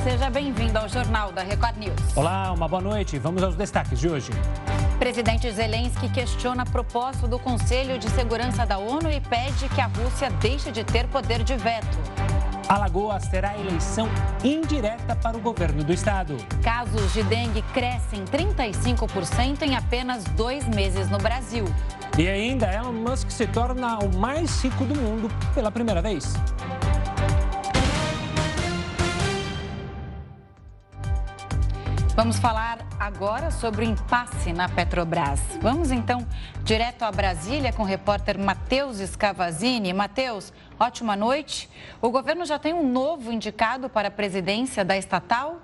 seja bem-vindo ao Jornal da Record News. Olá, uma boa noite. Vamos aos destaques de hoje. Presidente Zelensky questiona a proposta do Conselho de Segurança da ONU e pede que a Rússia deixe de ter poder de veto. Alagoas terá eleição indireta para o governo do estado. Casos de dengue crescem 35% em apenas 2 meses no Brasil. E ainda, Elon Musk se torna o mais rico do mundo pela primeira vez. Vamos falar agora sobre o impasse na Petrobras. Vamos então direto a Brasília com o repórter Matheus Scavazini. Matheus, ótima noite. O governo já tem um novo indicado para a presidência da estatal?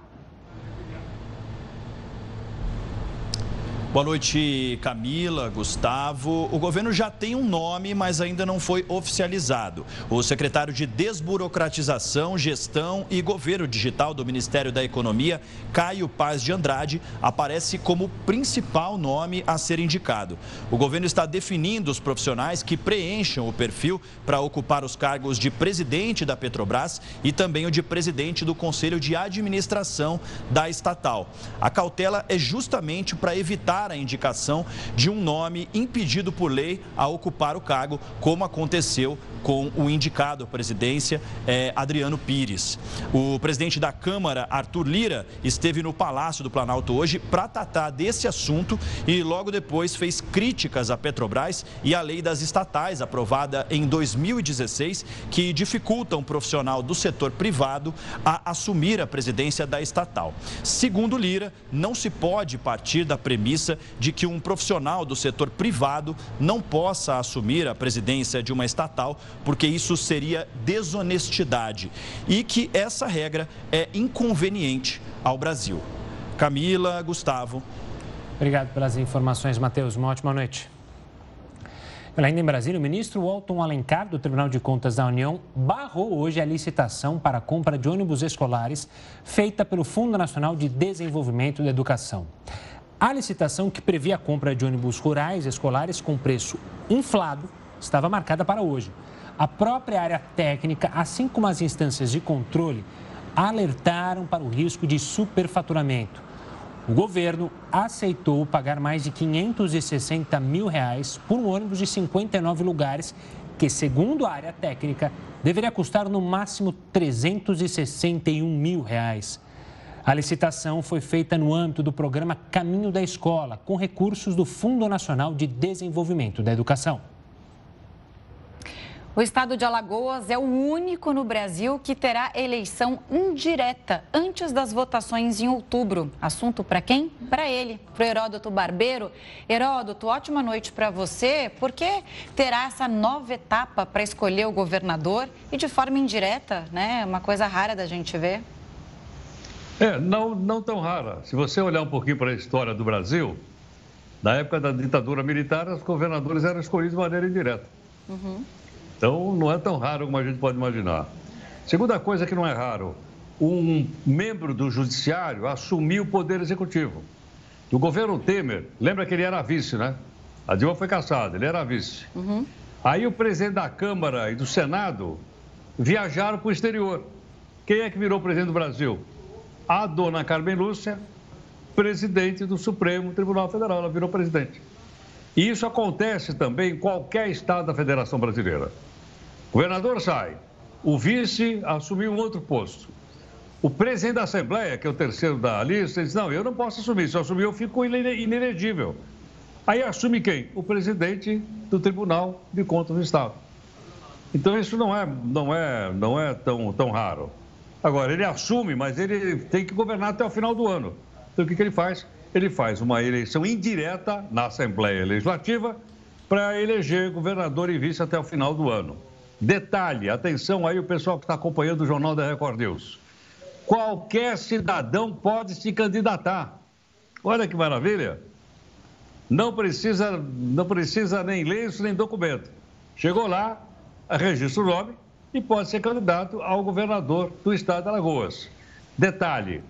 Boa noite, Camila, Gustavo. O governo já tem um nome, mas ainda não foi oficializado. O secretário de Desburocratização, Gestão e Governo Digital do Ministério da Economia, Caio Paz de Andrade, aparece como principal nome a ser indicado. O governo está definindo os profissionais que preencham o perfil para ocupar os cargos de presidente da Petrobras e também o de presidente do Conselho de Administração da estatal. A cautela é justamente para evitar a indicação de um nome impedido por lei a ocupar o cargo, como aconteceu com o indicado à presidência, Adriano Pires. O presidente da Câmara, Arthur Lira, esteve no Palácio do Planalto hoje para tratar desse assunto e logo depois fez críticas à Petrobras e à lei das estatais, aprovada em 2016, que dificulta um profissional do setor privado a assumir a presidência da estatal. Segundo Lira, não se pode partir da premissa de que um profissional do setor privado não possa assumir a presidência de uma estatal, porque isso seria desonestidade e que essa regra é inconveniente ao Brasil. Camila, Gustavo. Obrigado pelas informações, Matheus. Uma ótima noite. Ainda em Brasília, o ministro Walton Alencar, do Tribunal de Contas da União, barrou hoje a licitação para a compra de ônibus escolares feita pelo Fundo Nacional de Desenvolvimento da Educação. A licitação, que previa a compra de ônibus rurais escolares com preço inflado, estava marcada para hoje. A própria área técnica, assim como as instâncias de controle, alertaram para o risco de superfaturamento. O governo aceitou pagar mais de R$560 mil por um ônibus de 59 lugares, que, segundo a área técnica, deveria custar no máximo R$361 mil. A licitação foi feita no âmbito do programa Caminho da Escola, com recursos do Fundo Nacional de Desenvolvimento da Educação. O estado de Alagoas é o único no Brasil que terá eleição indireta antes das votações em outubro. Assunto para quem? Para ele, para o Heródoto Barbeiro. Heródoto, ótima noite para você. Por que terá essa nova etapa para escolher o governador e de forma indireta, né? Uma coisa rara da gente ver. Não tão rara. Se você olhar um pouquinho para a história do Brasil, na época da ditadura militar, os governadores eram escolhidos de maneira indireta. Então, não é tão raro como a gente pode imaginar. Segunda coisa que não é raro, um membro do judiciário assumiu o poder executivo. Do governo Temer, lembra que ele era vice, né? A Dilma foi cassada, ele era vice. Aí o presidente da Câmara e do Senado viajaram para o exterior. Quem é que virou presidente do Brasil? A dona Carmen Lúcia, presidente do Supremo Tribunal Federal, ela virou presidente. E isso acontece também em qualquer estado da Federação Brasileira. O governador sai, o vice assumiu um outro posto. O presidente da Assembleia, que é o terceiro da lista, diz, não, eu não posso assumir, se eu assumir eu fico inelegível. Aí assume quem? O presidente do Tribunal de Contas do Estado. Então isso não é tão raro. Agora, ele assume, mas ele tem que governar até o final do ano. Então, o que ele faz? Ele faz uma eleição indireta na Assembleia Legislativa para eleger governador e vice até o final do ano. Detalhe, atenção aí o pessoal que está acompanhando o Jornal da Record News. Qualquer cidadão pode se candidatar. Olha que maravilha. Não precisa nem lenço, nem documento. Chegou lá, registra o nome e pode ser candidato ao governador do estado de Alagoas. Detalhe.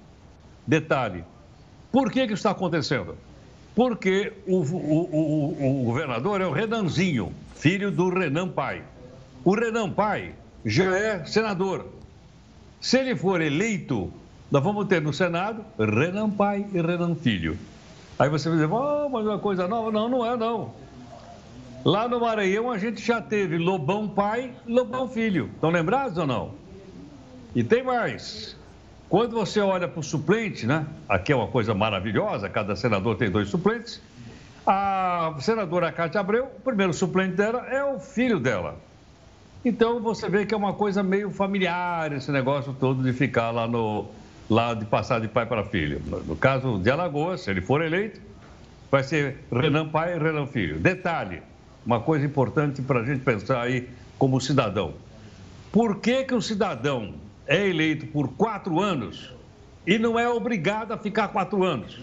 Por que isso está acontecendo? Porque o governador é o Renanzinho, filho do Renan Pai. O Renan Pai já é senador. Se ele for eleito, Nós vamos ter no Senado Renan pai e Renan filho. Aí você vai dizer, mas é uma coisa nova. Não, não é não. Lá no Maranhão a gente já teve Lobão pai e Lobão filho. Estão lembrados ou não? E tem mais. Quando você olha para o suplente, né? Aqui é uma coisa maravilhosa, cada senador tem 2 suplentes. A senadora Cátia Abreu, o primeiro suplente dela é o filho dela. Então você vê que é uma coisa meio familiar esse negócio todo de ficar lá de passar de pai para filho. No caso de Alagoas, se ele for eleito, vai ser Renan pai e Renan filho. Detalhe, uma coisa importante para a gente pensar aí como cidadão. Por que o cidadão é eleito por 4 anos e não é obrigado a ficar 4 anos?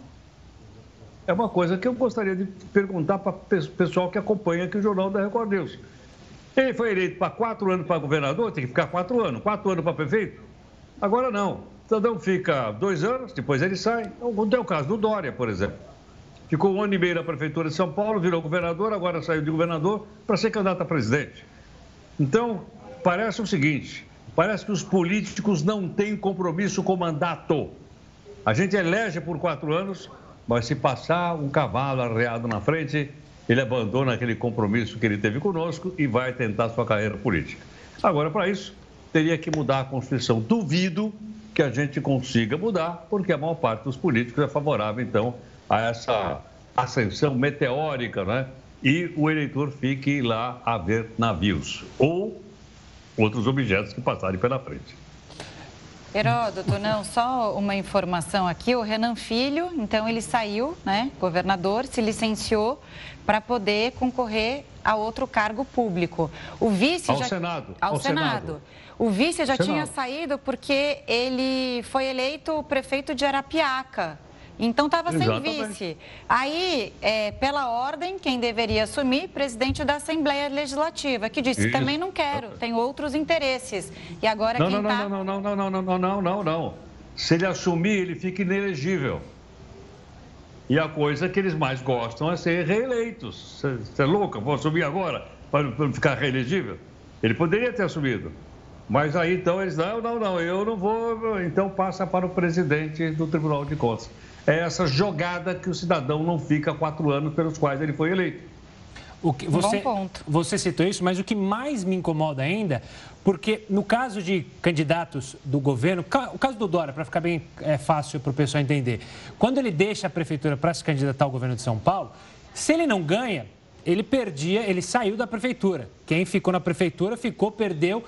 É uma coisa que eu gostaria de perguntar para o pessoal que acompanha aqui o Jornal da Record News. Ele foi eleito para 4 anos para governador, tem que ficar 4 anos. 4 anos para prefeito? Agora não. O cidadão fica 2 anos, depois ele sai. Não tem o caso do Dória, por exemplo. Ficou 1 ano e meio na prefeitura de São Paulo, virou governador, agora saiu de governador para ser candidato a presidente. Então, parece o seguinte, parece que os políticos não têm compromisso com o mandato. A gente elege por 4 anos, mas se passar um cavalo arreado na frente, ele abandona aquele compromisso que ele teve conosco e vai tentar sua carreira política. Agora, para isso, teria que mudar a Constituição. Duvido que a gente consiga mudar, porque a maior parte dos políticos é favorável, então, a essa ascensão meteórica, né? E o eleitor fique lá a ver navios ou outros objetos que passarem pela frente. Heródoto, não, só uma informação aqui, o Renan Filho, então ele saiu, né, governador, se licenciou para poder concorrer a outro cargo público. O vice ao Senado. Ao Senado. O vice já tinha saído porque ele foi eleito prefeito de Arapiaca. Então estava sem vice. Aí, pela ordem, quem deveria assumir? Presidente da Assembleia Legislativa, que disse, também não quero, tem outros interesses. E agora quem está... Não. Se ele assumir, ele fica inelegível. E a coisa que eles mais gostam é ser reeleitos. Você é louco? Vou assumir agora para ficar reelegível? Ele poderia ter assumido. Mas aí, então, eles não, eu não vou. Então, passa para o presidente do Tribunal de Contas. É essa jogada que o cidadão não fica 4 anos pelos quais ele foi eleito. Bom ponto. Você citou isso, mas o que mais me incomoda ainda, porque no caso de candidatos do governo, o caso do Dória, para ficar bem fácil para o pessoal entender, quando ele deixa a prefeitura para se candidatar ao governo de São Paulo, se ele não ganha, ele saiu da prefeitura. Quem ficou na prefeitura perdeu,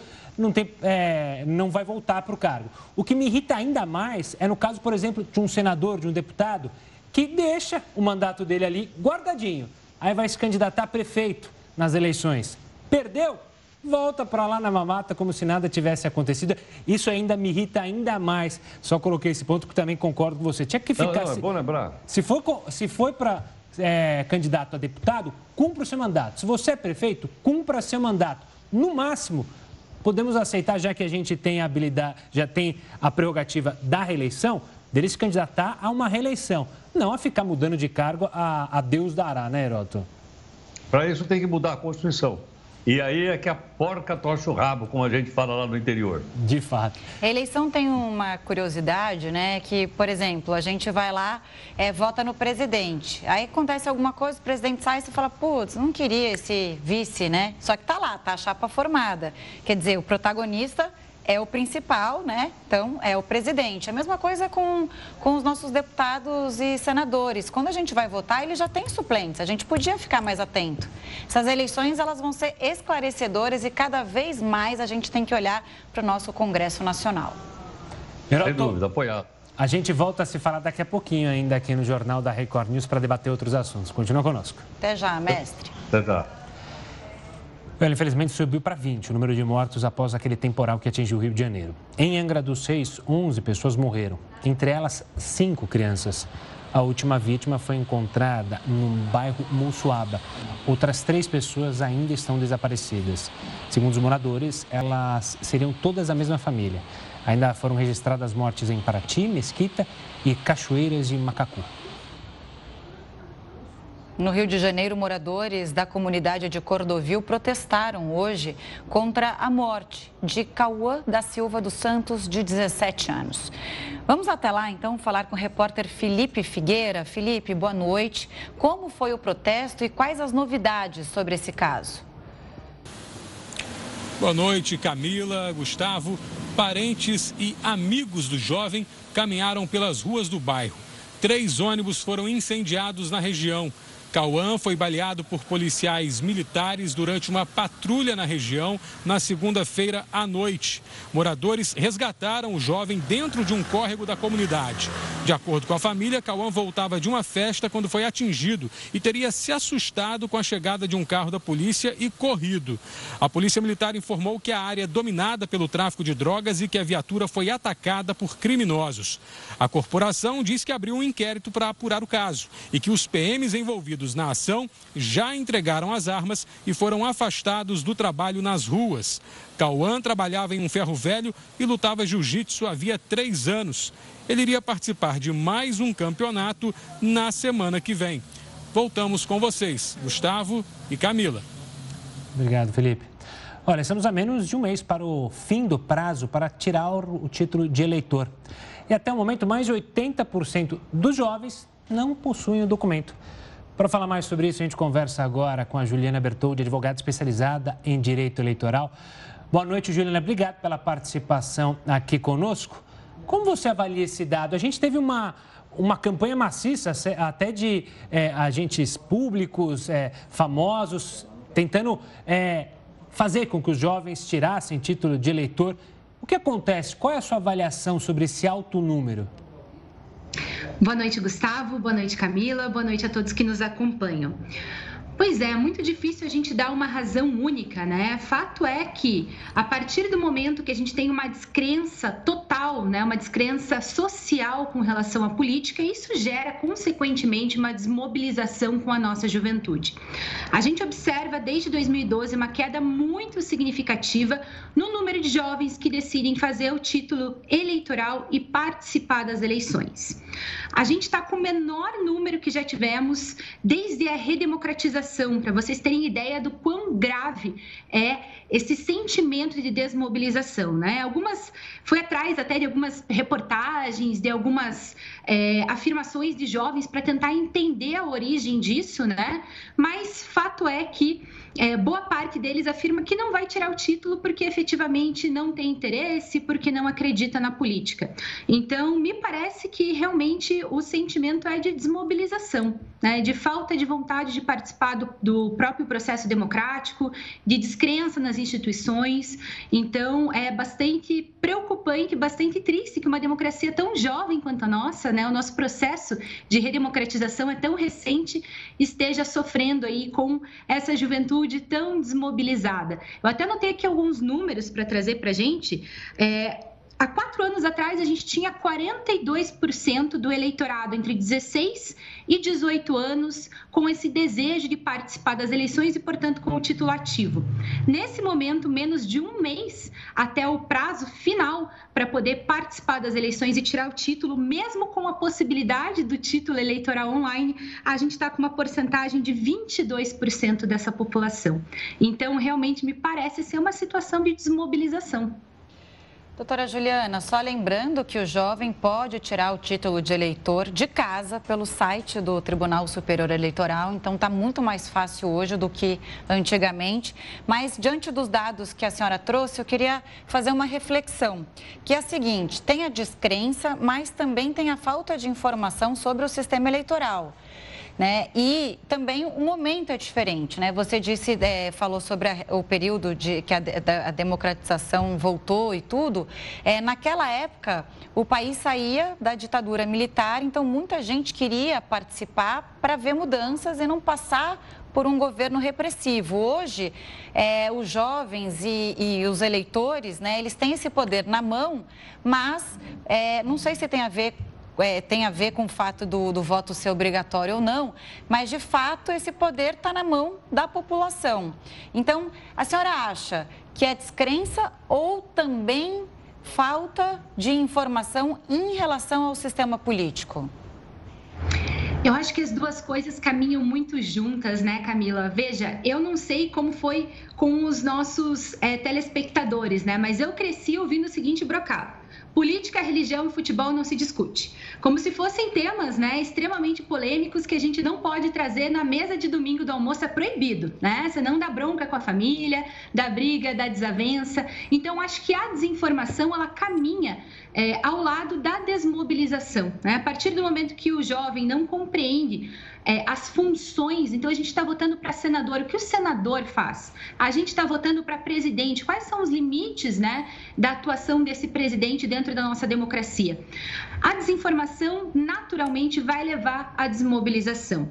não vai voltar para o cargo. O que me irrita ainda mais é no caso, por exemplo, de um senador, de um deputado, que deixa o mandato dele ali guardadinho. Aí vai se candidatar a prefeito nas eleições. Perdeu? Volta para lá na mamata como se nada tivesse acontecido. Isso ainda me irrita ainda mais. Só coloquei esse ponto que também concordo com você. Tinha que ficar... Não, é bom lembrar. Se foi para candidato a deputado, cumpra o seu mandato. Se você é prefeito, cumpra seu mandato. No máximo, podemos aceitar, já que a gente tem a habilidade, já tem a prerrogativa da reeleição, dele se candidatar a uma reeleição. Não a ficar mudando de cargo a Deus dará, né, Heródoto? Para isso tem que mudar a Constituição. E aí é que a porca torce o rabo, como a gente fala lá no interior. De fato. A eleição tem uma curiosidade, né? Que, por exemplo, a gente vai lá, vota no presidente. Aí acontece alguma coisa, o presidente sai e você fala, putz, não queria esse vice, né? Só que tá lá, tá a chapa formada. Quer dizer, o protagonista é o principal, né? Então, é o presidente. A mesma coisa com os nossos deputados e senadores. Quando a gente vai votar, ele já tem suplentes. A gente podia ficar mais atento. Essas eleições, elas vão ser esclarecedoras e cada vez mais a gente tem que olhar para o nosso Congresso Nacional. Sem dúvida, apoiado. A gente volta a se falar daqui a pouquinho ainda aqui no Jornal da Record News para debater outros assuntos. Continua conosco. Até já, mestre. Até já. Infelizmente, subiu para 20 o número de mortos após aquele temporal que atingiu o Rio de Janeiro. Em Angra dos Reis, 11 pessoas morreram, entre elas 5 crianças. A última vítima foi encontrada no bairro Monsuaba. Outras 3 pessoas ainda estão desaparecidas. Segundo os moradores, elas seriam todas a mesma família. Ainda foram registradas mortes em Paraty, Mesquita e Cachoeiras de Macacu. No Rio de Janeiro, moradores da comunidade de Cordovil protestaram hoje contra a morte de Cauã da Silva dos Santos, de 17 anos. Vamos até lá, então, falar com o repórter Felipe Figueira. Felipe, boa noite. Como foi o protesto e quais as novidades sobre esse caso? Boa noite, Camila, Gustavo. Parentes e amigos do jovem caminharam pelas ruas do bairro. 3 ônibus foram incendiados na região. Cauã foi baleado por policiais militares durante uma patrulha na região na segunda-feira à noite. Moradores resgataram o jovem dentro de um córrego da comunidade. De acordo com a família, Cauã voltava de uma festa quando foi atingido e teria se assustado com a chegada de um carro da polícia e corrido. A polícia militar informou que a área é dominada pelo tráfico de drogas e que a viatura foi atacada por criminosos. A corporação diz que abriu um inquérito para apurar o caso e que os PMs envolvidos na ação já entregaram as armas e foram afastados do trabalho nas ruas. Cauã trabalhava em um ferro velho e lutava jiu-jitsu havia 3 anos. Ele iria participar de mais um campeonato na semana que vem. Voltamos com vocês, Gustavo e Camila. Obrigado, Felipe. Olha, estamos a menos de um mês para o fim do prazo para tirar o título de eleitor. E até o momento, mais de 80% dos jovens não possuem o documento. Para falar mais sobre isso, a gente conversa agora com a Juliana Bertoldi, advogada especializada em direito eleitoral. Boa noite, Juliana. Obrigado pela participação aqui conosco. Como você avalia esse dado? A gente teve uma campanha maciça, até de agentes públicos, famosos, tentando fazer com que os jovens tirassem título de eleitor. O que acontece? Qual é a sua avaliação sobre esse alto número? Boa noite, Gustavo. Boa noite, Camila. Boa noite a todos que nos acompanham. Pois é muito difícil a gente dar uma razão única, né? Fato é que, a partir do momento que a gente tem uma descrença total, né? Uma descrença social com relação à política, isso gera, consequentemente, uma desmobilização com a nossa juventude. A gente observa, desde 2012, uma queda muito significativa no número de jovens que decidem fazer o título eleitoral e participar das eleições. A gente está com o menor número que já tivemos desde a redemocratização. Para vocês terem ideia do quão grave é esse sentimento de desmobilização, né? Fui atrás até de algumas reportagens, de algumas afirmações de jovens para tentar entender a origem disso, né? Mas fato é que boa parte deles afirma que não vai tirar o título porque efetivamente não tem interesse, porque não acredita na política. Então, me parece que realmente o sentimento é de desmobilização, né? De falta de vontade de participar do próprio processo democrático, de descrença nas instituições. Então, é bastante preocupante, bastante triste que uma democracia tão jovem quanto a nossa, né, o nosso processo de redemocratização é tão recente, esteja sofrendo aí com essa juventude tão desmobilizada. Eu até anotei aqui alguns números para trazer para a gente. Há 4 anos atrás, a gente tinha 42% do eleitorado entre 16 e 18 anos com esse desejo de participar das eleições e, portanto, com o título ativo. Nesse momento, menos de um mês até o prazo final para poder participar das eleições e tirar o título, mesmo com a possibilidade do título eleitoral online, a gente está com uma porcentagem de 22% dessa população. Então, realmente, me parece ser uma situação de desmobilização. Doutora Juliana, só lembrando que o jovem pode tirar o título de eleitor de casa pelo site do Tribunal Superior Eleitoral, então está muito mais fácil hoje do que antigamente. Mas, diante dos dados que a senhora trouxe, eu queria fazer uma reflexão, que é a seguinte: tem a descrença, mas também tem a falta de informação sobre o sistema eleitoral. Né? E também o momento é diferente, né? Você falou sobre o período que a democratização voltou e tudo. Naquela época, o país saía da ditadura militar, então muita gente queria participar para ver mudanças e não passar por um governo repressivo. Hoje, os jovens e os eleitores, né, eles têm esse poder na mão, mas não sei se tem a ver com o fato do voto ser obrigatório ou não, mas, de fato, esse poder está na mão da população. Então, a senhora acha que é descrença ou também falta de informação em relação ao sistema político? Eu acho que as duas coisas caminham muito juntas, né, Camila? Veja, eu não sei como foi com os nossos telespectadores, né? Mas eu cresci ouvindo o seguinte brocado: política, religião e futebol não se discute. Como se fossem temas, né, extremamente polêmicos que a gente não pode trazer na mesa de domingo do almoço, é proibido, né? Senão dá bronca com a família, dá briga, dá desavença. Então, acho que a desinformação, ela caminha ao lado da desmobilização, né? A partir do momento que o jovem não compreende as funções, então a gente está votando para senador, o que o senador faz? A gente está votando para presidente, quais são os limites, né, da atuação desse presidente dentro da nossa democracia? A desinformação naturalmente vai levar à desmobilização.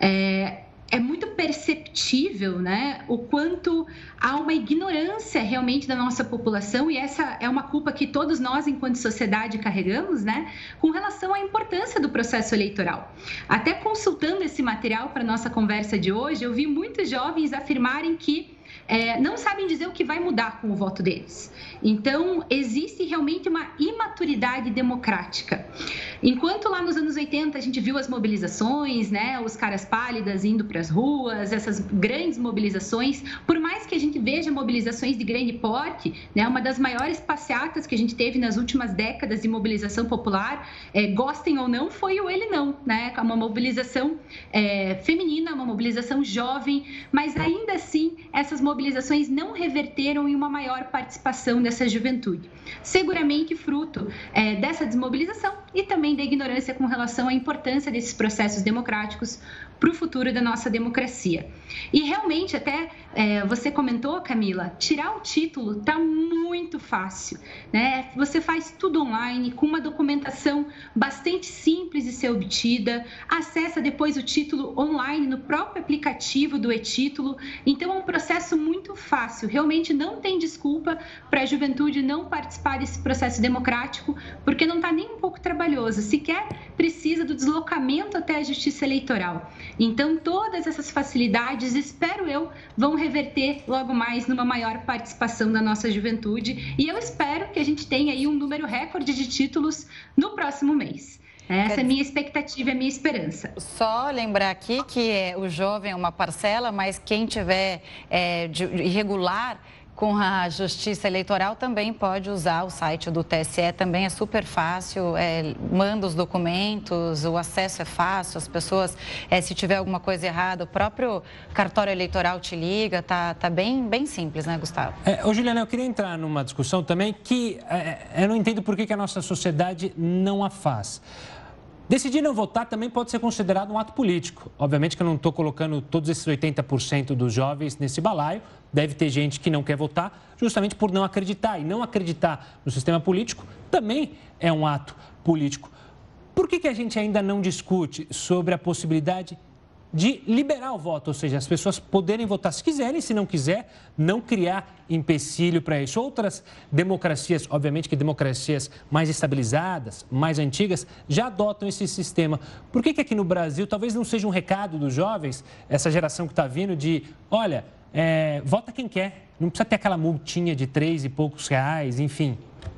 É muito perceptível, né, o quanto há uma ignorância realmente da nossa população, e essa é uma culpa que todos nós, enquanto sociedade, carregamos, né, com relação à importância do processo eleitoral. Até consultando esse material para a nossa conversa de hoje, eu vi muitos jovens afirmarem que não sabem dizer o que vai mudar com o voto deles. Então, existe realmente uma imaturidade democrática. Enquanto lá nos anos 80 a gente viu as mobilizações, né, os caras pálidas indo para as ruas, essas grandes mobilizações, por mais que a gente veja mobilizações de grande porte, né, uma das maiores passeatas que a gente teve nas últimas décadas de mobilização popular, gostem ou não, foi o Ele Não, né, uma mobilização feminina, uma mobilização jovem, mas ainda assim essas mobilizações não reverteram em uma maior participação dessa juventude. Seguramente fruto dessa desmobilização e também da ignorância com relação à importância desses processos democráticos para o futuro da nossa democracia. E realmente, até você comentou, Camila, tirar o título está muito fácil, né? Você faz tudo online, com uma documentação bastante simples de ser obtida, acessa depois o título online no próprio aplicativo do e-título, então é um processo muito fácil, realmente não tem desculpa para a juventude não participar desse processo democrático, porque não está nem um pouco trabalhoso, sequer precisa do deslocamento até a Justiça Eleitoral. Então, todas essas facilidades, espero eu, vão reverter logo mais numa maior participação da nossa juventude, e eu espero que a gente tenha aí um número recorde de títulos no próximo mês. Essa é a minha expectativa, é a minha esperança. Só lembrar aqui que o jovem é uma parcela, mas quem tiver de irregular com a Justiça Eleitoral também pode usar o site do TSE, também é super fácil, manda os documentos, o acesso é fácil, as pessoas, se tiver alguma coisa errada, o próprio cartório eleitoral te liga, tá bem simples, né, Gustavo? Juliana, eu queria entrar numa discussão também que eu não entendo por que a nossa sociedade não a faz. Decidir não votar também pode ser considerado um ato político. Obviamente que eu não estou colocando todos esses 80% dos jovens nesse balaio. Deve ter gente que não quer votar justamente por não acreditar. E não acreditar no sistema político também é um ato político. Por que a gente ainda não discute sobre a possibilidade de liberar o voto? Ou seja, as pessoas poderem votar se quiserem, se não quiser, não criar empecilho para isso. Outras democracias, obviamente que democracias mais estabilizadas, mais antigas, já adotam esse sistema. Por que aqui no Brasil talvez não seja um recado dos jovens, essa geração que está vindo, de, olha, vota quem quer, não precisa ter aquela multinha de 3 e poucos reais, enfim.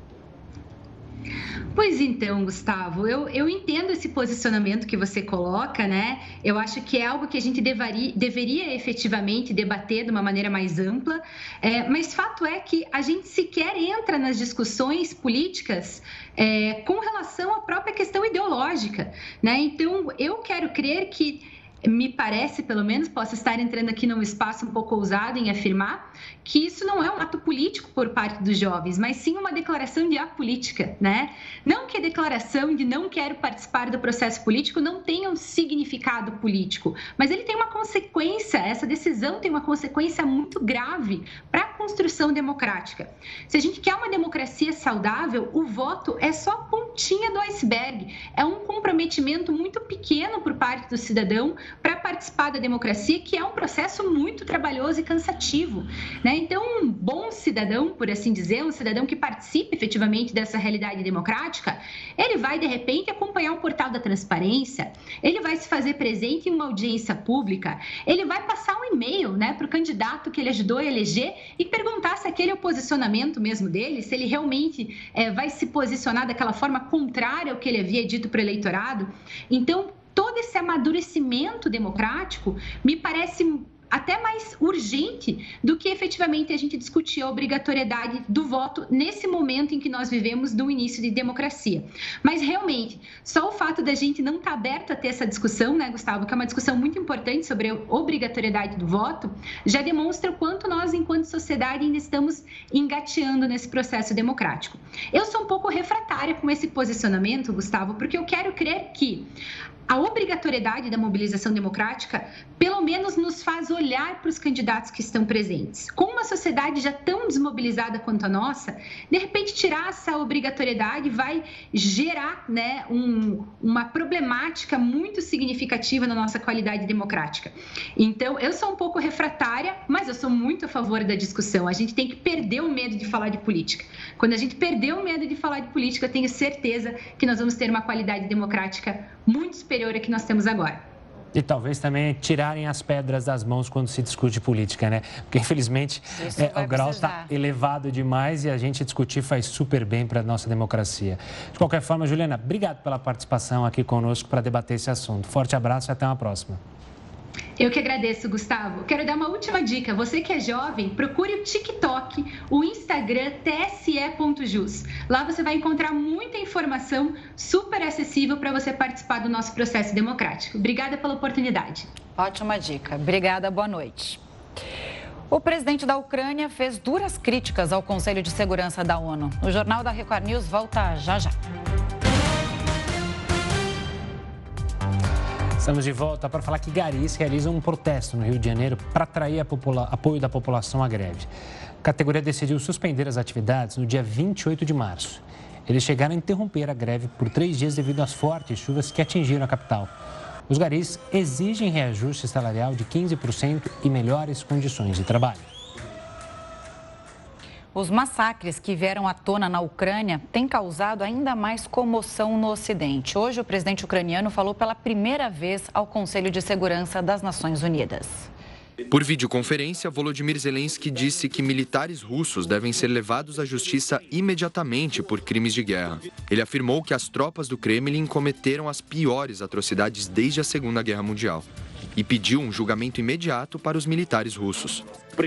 Pois então, Gustavo, eu entendo esse posicionamento que você coloca, né? Eu acho que é algo que a gente deveria efetivamente debater de uma maneira mais ampla, mas fato é que a gente sequer entra nas discussões políticas com relação à própria questão ideológica, né? Então, eu quero crer que, me parece, pelo menos, posso estar entrando aqui num espaço um pouco ousado em afirmar que isso não é um ato político por parte dos jovens, mas sim uma declaração de apolítica, né? Não que a declaração de não quero participar do processo político não tenha um significado político, mas ele tem uma consequência, essa decisão tem uma consequência muito grave para a construção democrática. Se a gente quer uma democracia saudável, o voto é só a pontinha do iceberg, é um comprometimento muito pequeno por parte do cidadão para participar da democracia, que é um processo muito trabalhoso e cansativo, né? Então, um bom cidadão, por assim dizer, um cidadão que participe efetivamente dessa realidade democrática, ele vai, de repente, acompanhar o portal da transparência, ele vai se fazer presente em uma audiência pública, ele vai passar um e-mail, né, para o candidato que ele ajudou a eleger e perguntar se aquele é o posicionamento mesmo dele, se ele realmente vai se posicionar daquela forma contrária ao que ele havia dito para o eleitorado. Então, todo esse amadurecimento democrático me parece até mais urgente do que efetivamente a gente discutir a obrigatoriedade do voto nesse momento em que nós vivemos do início de democracia. Mas realmente, só o fato da gente não estar aberto a ter essa discussão, né, Gustavo, que é uma discussão muito importante sobre a obrigatoriedade do voto, já demonstra o quanto nós, enquanto sociedade, ainda estamos engateando nesse processo democrático. Eu sou um pouco refratária com esse posicionamento, Gustavo, porque eu quero crer que a obrigatoriedade da mobilização democrática, pelo menos, nos faz olhar para os candidatos que estão presentes. Com uma sociedade já tão desmobilizada quanto a nossa, de repente tirar essa obrigatoriedade vai gerar, né, uma problemática muito significativa na nossa qualidade democrática. Então, eu sou um pouco refratária, mas eu sou muito a favor da discussão. A gente tem que perder o medo de falar de política. Quando a gente perder o medo de falar de política, eu tenho certeza que nós vamos ter uma qualidade democrática muito superior a que nós temos agora. E talvez também tirarem as pedras das mãos quando se discute política, né? Porque, infelizmente, o grau está elevado demais e a gente discutir faz super bem para a nossa democracia. De qualquer forma, Juliana, obrigado pela participação aqui conosco para debater esse assunto. Forte abraço e até uma próxima. Eu que agradeço, Gustavo. Quero dar uma última dica. Você que é jovem, procure o TikTok, o Instagram tse.jus. Lá você vai encontrar muita informação super acessível para você participar do nosso processo democrático. Obrigada pela oportunidade. Ótima dica. Obrigada, boa noite. O presidente da Ucrânia fez duras críticas ao Conselho de Segurança da ONU. O Jornal da Record News volta já já. Estamos de volta para falar que garis realizam um protesto no Rio de Janeiro para atrair apoio da população à greve. A categoria decidiu suspender as atividades no dia 28 de março. Eles chegaram a interromper a greve por 3 dias devido às fortes chuvas que atingiram a capital. Os garis exigem reajuste salarial de 15% e melhores condições de trabalho. Os massacres que vieram à tona na Ucrânia têm causado ainda mais comoção no Ocidente. Hoje, o presidente ucraniano falou pela primeira vez ao Conselho de Segurança das Nações Unidas. Por videoconferência, Volodymyr Zelensky disse que militares russos devem ser levados à justiça imediatamente por crimes de guerra. Ele afirmou que as tropas do Kremlin cometeram as piores atrocidades desde a Segunda Guerra Mundial e pediu um julgamento imediato para os militares russos.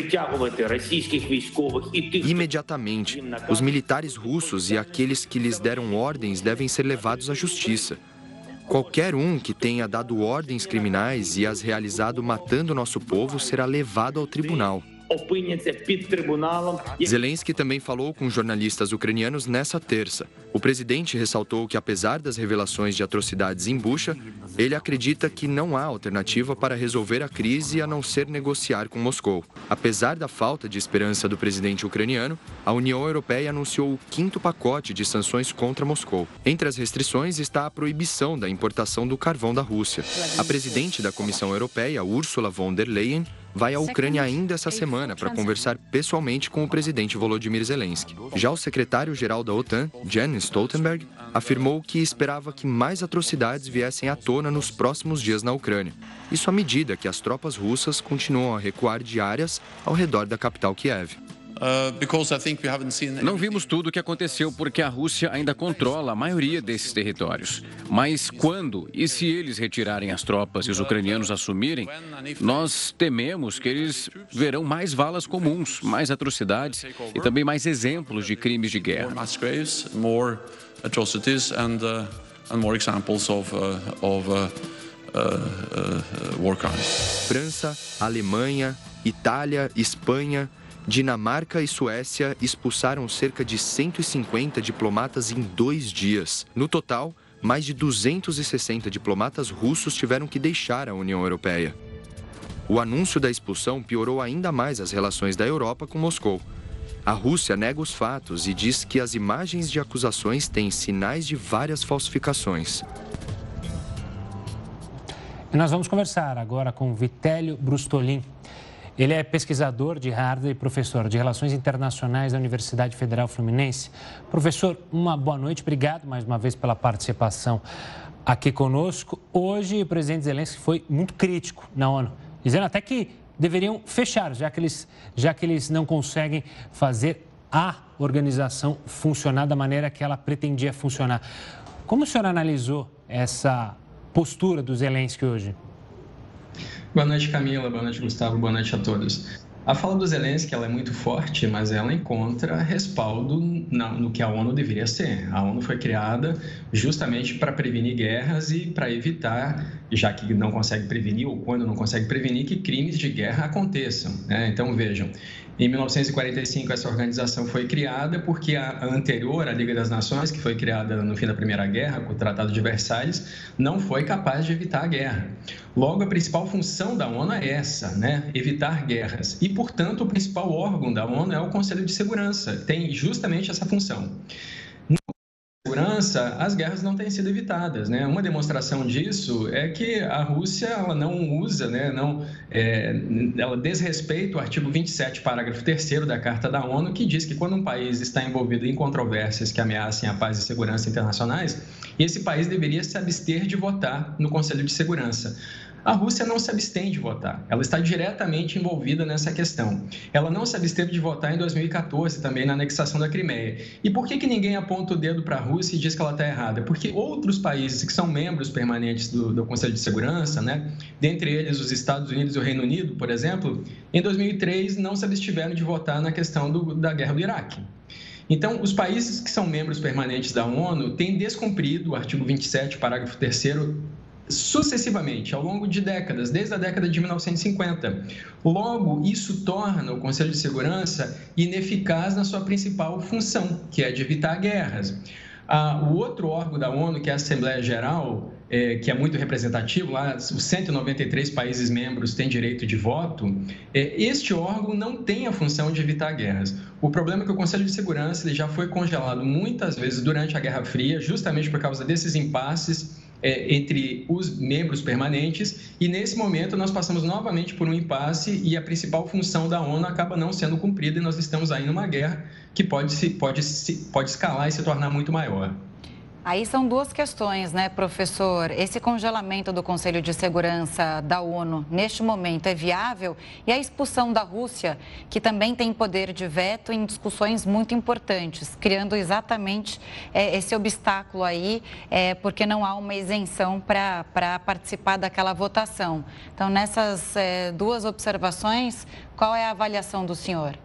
Imediatamente, os militares russos e aqueles que lhes deram ordens devem ser levados à justiça. Qualquer um que tenha dado ordens criminais e as realizado matando nosso povo será levado ao tribunal. Zelensky também falou com jornalistas ucranianos nessa terça. O presidente ressaltou que, apesar das revelações de atrocidades em Bucha, ele acredita que não há alternativa para resolver a crise a não ser negociar com Moscou. Apesar da falta de esperança do presidente ucraniano, a União Europeia anunciou o 5º pacote de sanções contra Moscou. Entre as restrições está a proibição da importação do carvão da Rússia. A presidente da Comissão Europeia, Ursula von der Leyen, vai à Ucrânia ainda essa semana para conversar pessoalmente com o presidente Volodymyr Zelensky. Já o secretário-geral da OTAN, Jens Stoltenberg, afirmou que esperava que mais atrocidades viessem à tona nos próximos dias na Ucrânia. Isso à medida que as tropas russas continuam a recuar de áreas ao redor da capital Kiev. Não vimos tudo o que aconteceu porque a Rússia ainda controla a maioria desses territórios. Mas quando e se eles retirarem as tropas e os ucranianos assumirem, nós tememos que eles verão mais valas comuns, mais atrocidades e também mais exemplos de crimes de guerra. França, Alemanha, Itália, Espanha, Dinamarca e Suécia expulsaram cerca de 150 diplomatas em 2 dias. No total, mais de 260 diplomatas russos tiveram que deixar a União Europeia. O anúncio da expulsão piorou ainda mais as relações da Europa com Moscou. A Rússia nega os fatos e diz que as imagens de acusações têm sinais de várias falsificações. E nós vamos conversar agora com Vitélio Brustolin. Ele é pesquisador de Harvard e professor de Relações Internacionais da Universidade Federal Fluminense. Professor, uma boa noite. Obrigado mais uma vez pela participação aqui conosco. Hoje, o presidente Zelensky foi muito crítico na ONU, dizendo até que deveriam fechar, já que eles não conseguem fazer a organização funcionar da maneira que ela pretendia funcionar. Como o senhor analisou essa postura do Zelensky hoje? Boa noite, Camila. Boa noite, Gustavo. Boa noite a todos. A fala do Zelensky ela é muito forte, mas ela encontra respaldo no que a ONU deveria ser. A ONU foi criada justamente para prevenir guerras e para evitar, já que não consegue prevenir ou quando não consegue prevenir, que crimes de guerra aconteçam, né? Então, vejam, em 1945 essa organização foi criada porque a anterior, a Liga das Nações, que foi criada no fim da Primeira Guerra, com o Tratado de Versalhes, não foi capaz de evitar a guerra. Logo, a principal função da ONU é essa, né? Evitar guerras. E, portanto, o principal órgão da ONU é o Conselho de Segurança, tem justamente essa função. No segurança, as guerras não têm sido evitadas, né? Uma demonstração disso é que a Rússia ela não usa, né? Ela desrespeita o artigo 27, parágrafo 3º da Carta da ONU, que diz que quando um país está envolvido em controvérsias que ameacem a paz e segurança internacionais, esse país deveria se abster de votar no Conselho de Segurança. A Rússia não se abstém de votar, ela está diretamente envolvida nessa questão. Ela não se absteve de votar em 2014, também na anexação da Crimeia. E por que ninguém aponta o dedo para a Rússia e diz que ela está errada? Porque outros países que são membros permanentes do Conselho de Segurança, né, dentre eles os Estados Unidos e o Reino Unido, por exemplo, em 2003 não se abstiveram de votar na questão da guerra do Iraque. Então, os países que são membros permanentes da ONU têm descumprido o artigo 27, parágrafo 3º, sucessivamente, ao longo de décadas, desde a década de 1950. Logo, isso torna o Conselho de Segurança ineficaz na sua principal função, que é de evitar guerras. O outro órgão da ONU, que é a Assembleia Geral, que é muito representativo, lá os 193 países membros têm direito de voto, este órgão não tem a função de evitar guerras. O problema é que o Conselho de Segurança ele já foi congelado muitas vezes durante a Guerra Fria, justamente por causa desses impasses entre os membros permanentes, e nesse momento nós passamos novamente por um impasse e a principal função da ONU acaba não sendo cumprida e nós estamos aí numa guerra que pode escalar e se tornar muito maior. Aí são duas questões, né, professor? Esse congelamento do Conselho de Segurança da ONU, neste momento, é viável? E a expulsão da Rússia, que também tem poder de veto em discussões muito importantes, criando exatamente esse obstáculo aí, porque não há uma isenção para participar daquela votação. Então, nessas duas observações, qual é a avaliação do senhor?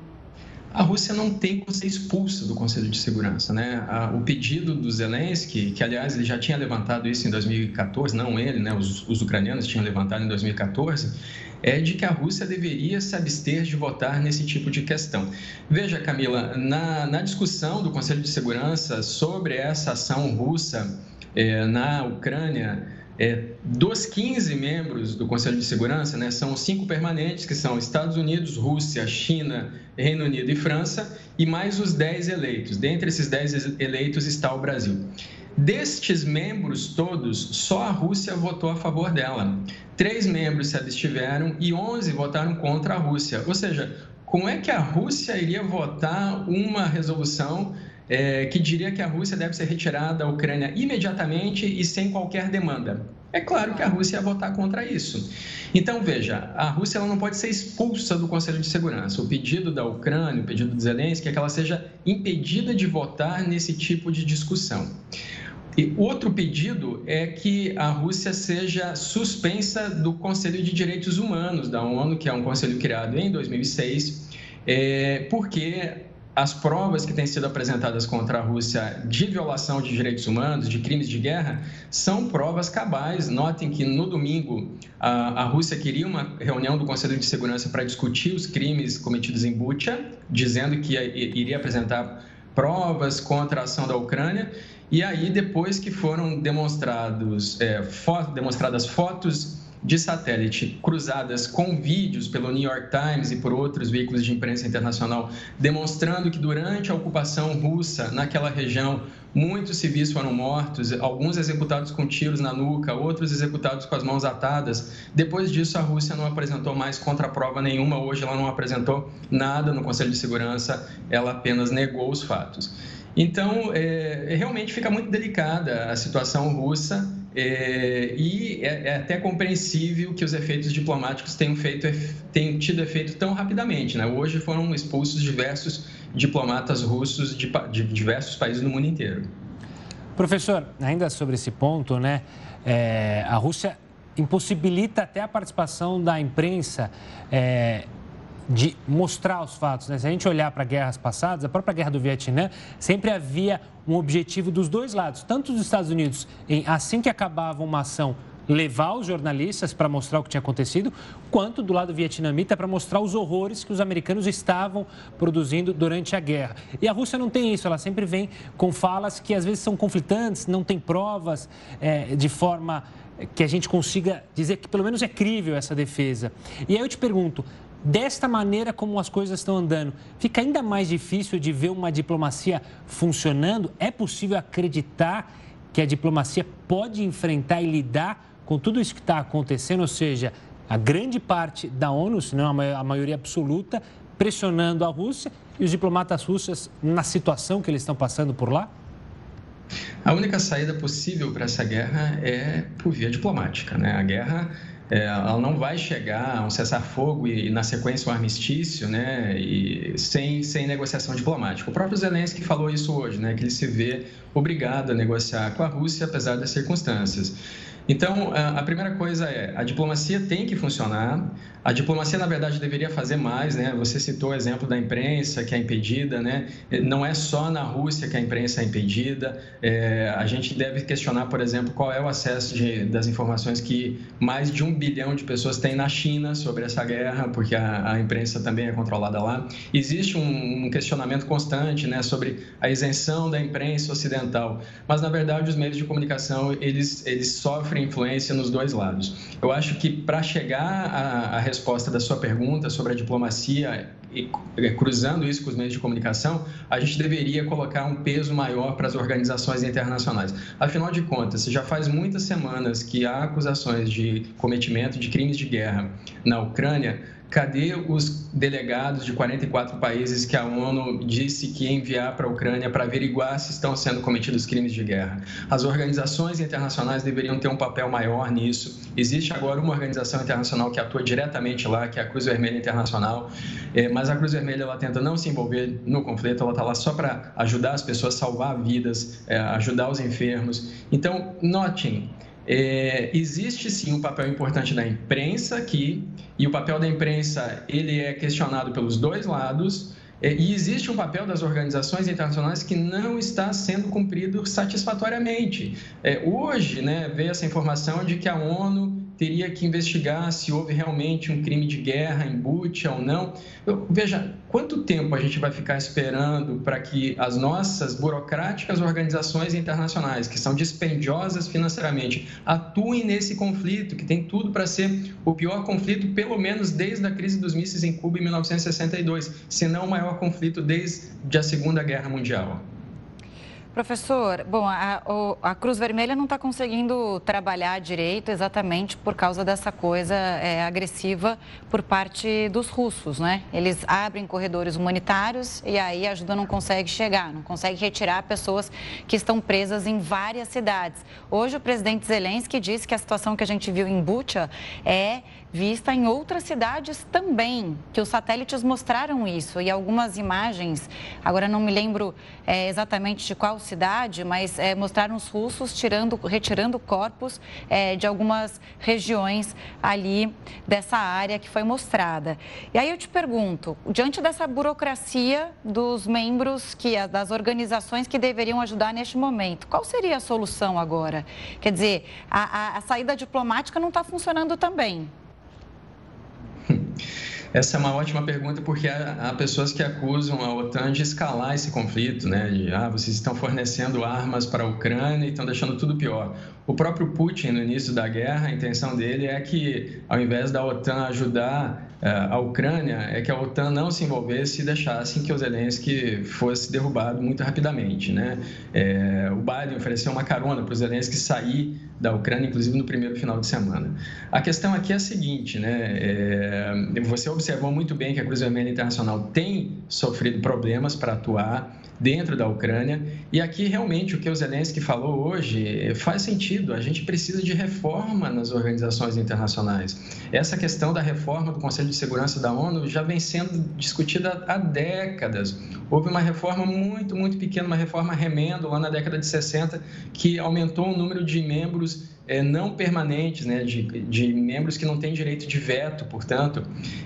A Rússia não tem como ser expulsa do Conselho de Segurança, né? O pedido do Zelensky, que aliás ele já tinha levantado isso em 2014, não ele, né? Os ucranianos tinham levantado em 2014, é de que a Rússia deveria se abster de votar nesse tipo de questão. Veja, Camila, na discussão do Conselho de Segurança sobre essa ação russa na Ucrânia, dos 15 membros do Conselho de Segurança, né, são 5 permanentes, que são Estados Unidos, Rússia, China, Reino Unido e França, e mais os 10 eleitos. Dentre esses 10 eleitos está o Brasil. Destes membros todos, só a Rússia votou a favor dela. 3 membros se abstiveram e 11 votaram contra a Rússia. Ou seja, como é que a Rússia iria votar uma resolução que diria que a Rússia deve ser retirada da Ucrânia imediatamente e sem qualquer demanda? É claro que a Rússia ia votar contra isso. Então, veja, a Rússia ela não pode ser expulsa do Conselho de Segurança. O pedido da Ucrânia, o pedido do Zelensky é que ela seja impedida de votar nesse tipo de discussão. E outro pedido é que a Rússia seja suspensa do Conselho de Direitos Humanos da ONU, que é um conselho criado em 2006, porque as provas que têm sido apresentadas contra a Rússia de violação de direitos humanos, de crimes de guerra, são provas cabais. Notem que no domingo a Rússia queria uma reunião do Conselho de Segurança para discutir os crimes cometidos em Bucha, dizendo que iria apresentar provas contra a ação da Ucrânia. E aí, depois que foram demonstradas fotos de satélite cruzadas com vídeos pelo New York Times e por outros veículos de imprensa internacional, demonstrando que durante a ocupação russa naquela região, muitos civis foram mortos, alguns executados com tiros na nuca, outros executados com as mãos atadas. Depois disso, a Rússia não apresentou mais contraprova nenhuma. Hoje ela não apresentou nada no Conselho de Segurança, ela apenas negou os fatos. Então, realmente fica muito delicada a situação russa e é até compreensível que os efeitos diplomáticos tenham tido efeito tão rapidamente, né? Hoje foram expulsos diversos diplomatas russos de diversos países do mundo inteiro. Professor, ainda sobre esse ponto, né? A Rússia impossibilita até a participação da imprensa de mostrar os fatos, né? Se a gente olhar para guerras passadas, a própria guerra do Vietnã, sempre havia um objetivo dos dois lados, tanto dos Estados Unidos, em assim que acabava uma ação, levar os jornalistas para mostrar o que tinha acontecido, quanto do lado vietnamita para mostrar os horrores que os americanos estavam produzindo durante a guerra. E a Rússia não tem isso, ela sempre vem com falas que às vezes são conflitantes, não tem provas de forma que a gente consiga dizer que pelo menos é crível essa defesa. E aí eu te pergunto, desta maneira como as coisas estão andando, fica ainda mais difícil de ver uma diplomacia funcionando? É possível acreditar que a diplomacia pode enfrentar e lidar com tudo isso que está acontecendo, ou seja, a grande parte da ONU, se não a maioria absoluta, pressionando a Rússia e os diplomatas russos na situação que eles estão passando por lá? A única saída possível para essa guerra é por via diplomática, né? A guerra ela não vai chegar a um cessar-fogo e, na sequência, um armistício, né? E sem negociação diplomática. O próprio Zelensky falou isso hoje, né? Que ele se vê obrigado a negociar com a Rússia, apesar das circunstâncias. Então, a primeira coisa a diplomacia tem que funcionar. A diplomacia, na verdade, deveria fazer mais, né? Você citou o exemplo da imprensa que é impedida, né? Não é só na Rússia que a imprensa é impedida. A gente deve questionar, por exemplo, qual é o acesso das informações que mais de 1 bilhão de pessoas têm na China sobre essa guerra, porque a imprensa também é controlada lá. Existe um questionamento constante, né, sobre a isenção da imprensa ocidental, mas, na verdade, os meios de comunicação, eles sofrem influência nos dois lados. Eu acho que para chegar à resposta da sua pergunta sobre a diplomacia e cruzando isso com os meios de comunicação, a gente deveria colocar um peso maior para as organizações internacionais. Afinal de contas, já faz muitas semanas que há acusações de cometimento de crimes de guerra na Ucrânia. Cadê os delegados de 44 países que a ONU disse que ia enviar para a Ucrânia para averiguar se estão sendo cometidos crimes de guerra? As organizações internacionais deveriam ter um papel maior nisso. Existe agora uma organização internacional que atua diretamente lá, que é a Cruz Vermelha Internacional, mas a Cruz Vermelha ela tenta não se envolver no conflito, ela está lá só para ajudar as pessoas, salvar vidas, ajudar os enfermos. Então, notem, existe sim um papel importante da imprensa aqui, e o papel da imprensa ele é questionado pelos dois lados, e existe um papel das organizações internacionais que não está sendo cumprido satisfatoriamente. Hoje, né, veio essa informação de que a ONU teria que investigar se houve realmente um crime de guerra em Bucha ou não. Veja, quanto tempo a gente vai ficar esperando para que as nossas burocráticas organizações internacionais, que são dispendiosas financeiramente, atuem nesse conflito, que tem tudo para ser o pior conflito, pelo menos desde a crise dos mísseis em Cuba em 1962, se não o maior conflito desde a Segunda Guerra Mundial? Professor, bom, a Cruz Vermelha não está conseguindo trabalhar direito exatamente por causa dessa coisa agressiva por parte dos russos, né? Eles abrem corredores humanitários e aí a ajuda não consegue chegar, não consegue retirar pessoas que estão presas em várias cidades. Hoje o presidente Zelensky disse que a situação que a gente viu em Bucha é vista em outras cidades também, que os satélites mostraram isso e algumas imagens, agora não me lembro exatamente de qual cidade, mas mostraram os russos retirando corpos de algumas regiões ali dessa área que foi mostrada. E aí eu te pergunto, diante dessa burocracia dos membros, das organizações que deveriam ajudar neste momento, qual seria a solução agora? Quer dizer, a saída diplomática não está funcionando também. Essa é uma ótima pergunta, porque há pessoas que acusam a OTAN de escalar esse conflito, né? De, vocês estão fornecendo armas para a Ucrânia e estão deixando tudo pior. O próprio Putin, no início da guerra, a intenção dele é que, ao invés da OTAN ajudar a Ucrânia, é que a OTAN não se envolvesse e deixasse que o Zelensky fosse derrubado muito rapidamente, né? O Biden ofereceu uma carona para o Zelensky sair da Ucrânia, inclusive no primeiro final de semana. A questão aqui é a seguinte, né? Você observou muito bem que a Cruz Vermelha Internacional tem sofrido problemas para atuar, dentro da Ucrânia. E aqui, realmente, o que o Zelensky falou hoje faz sentido. A gente precisa de reforma nas organizações internacionais. Essa questão da reforma do Conselho de Segurança da ONU já vem sendo discutida há décadas. Houve uma reforma muito, muito pequena, uma reforma remendo lá na década de 60, que aumentou o número de membros não permanentes, né, de membros que não têm direito de veto, portanto.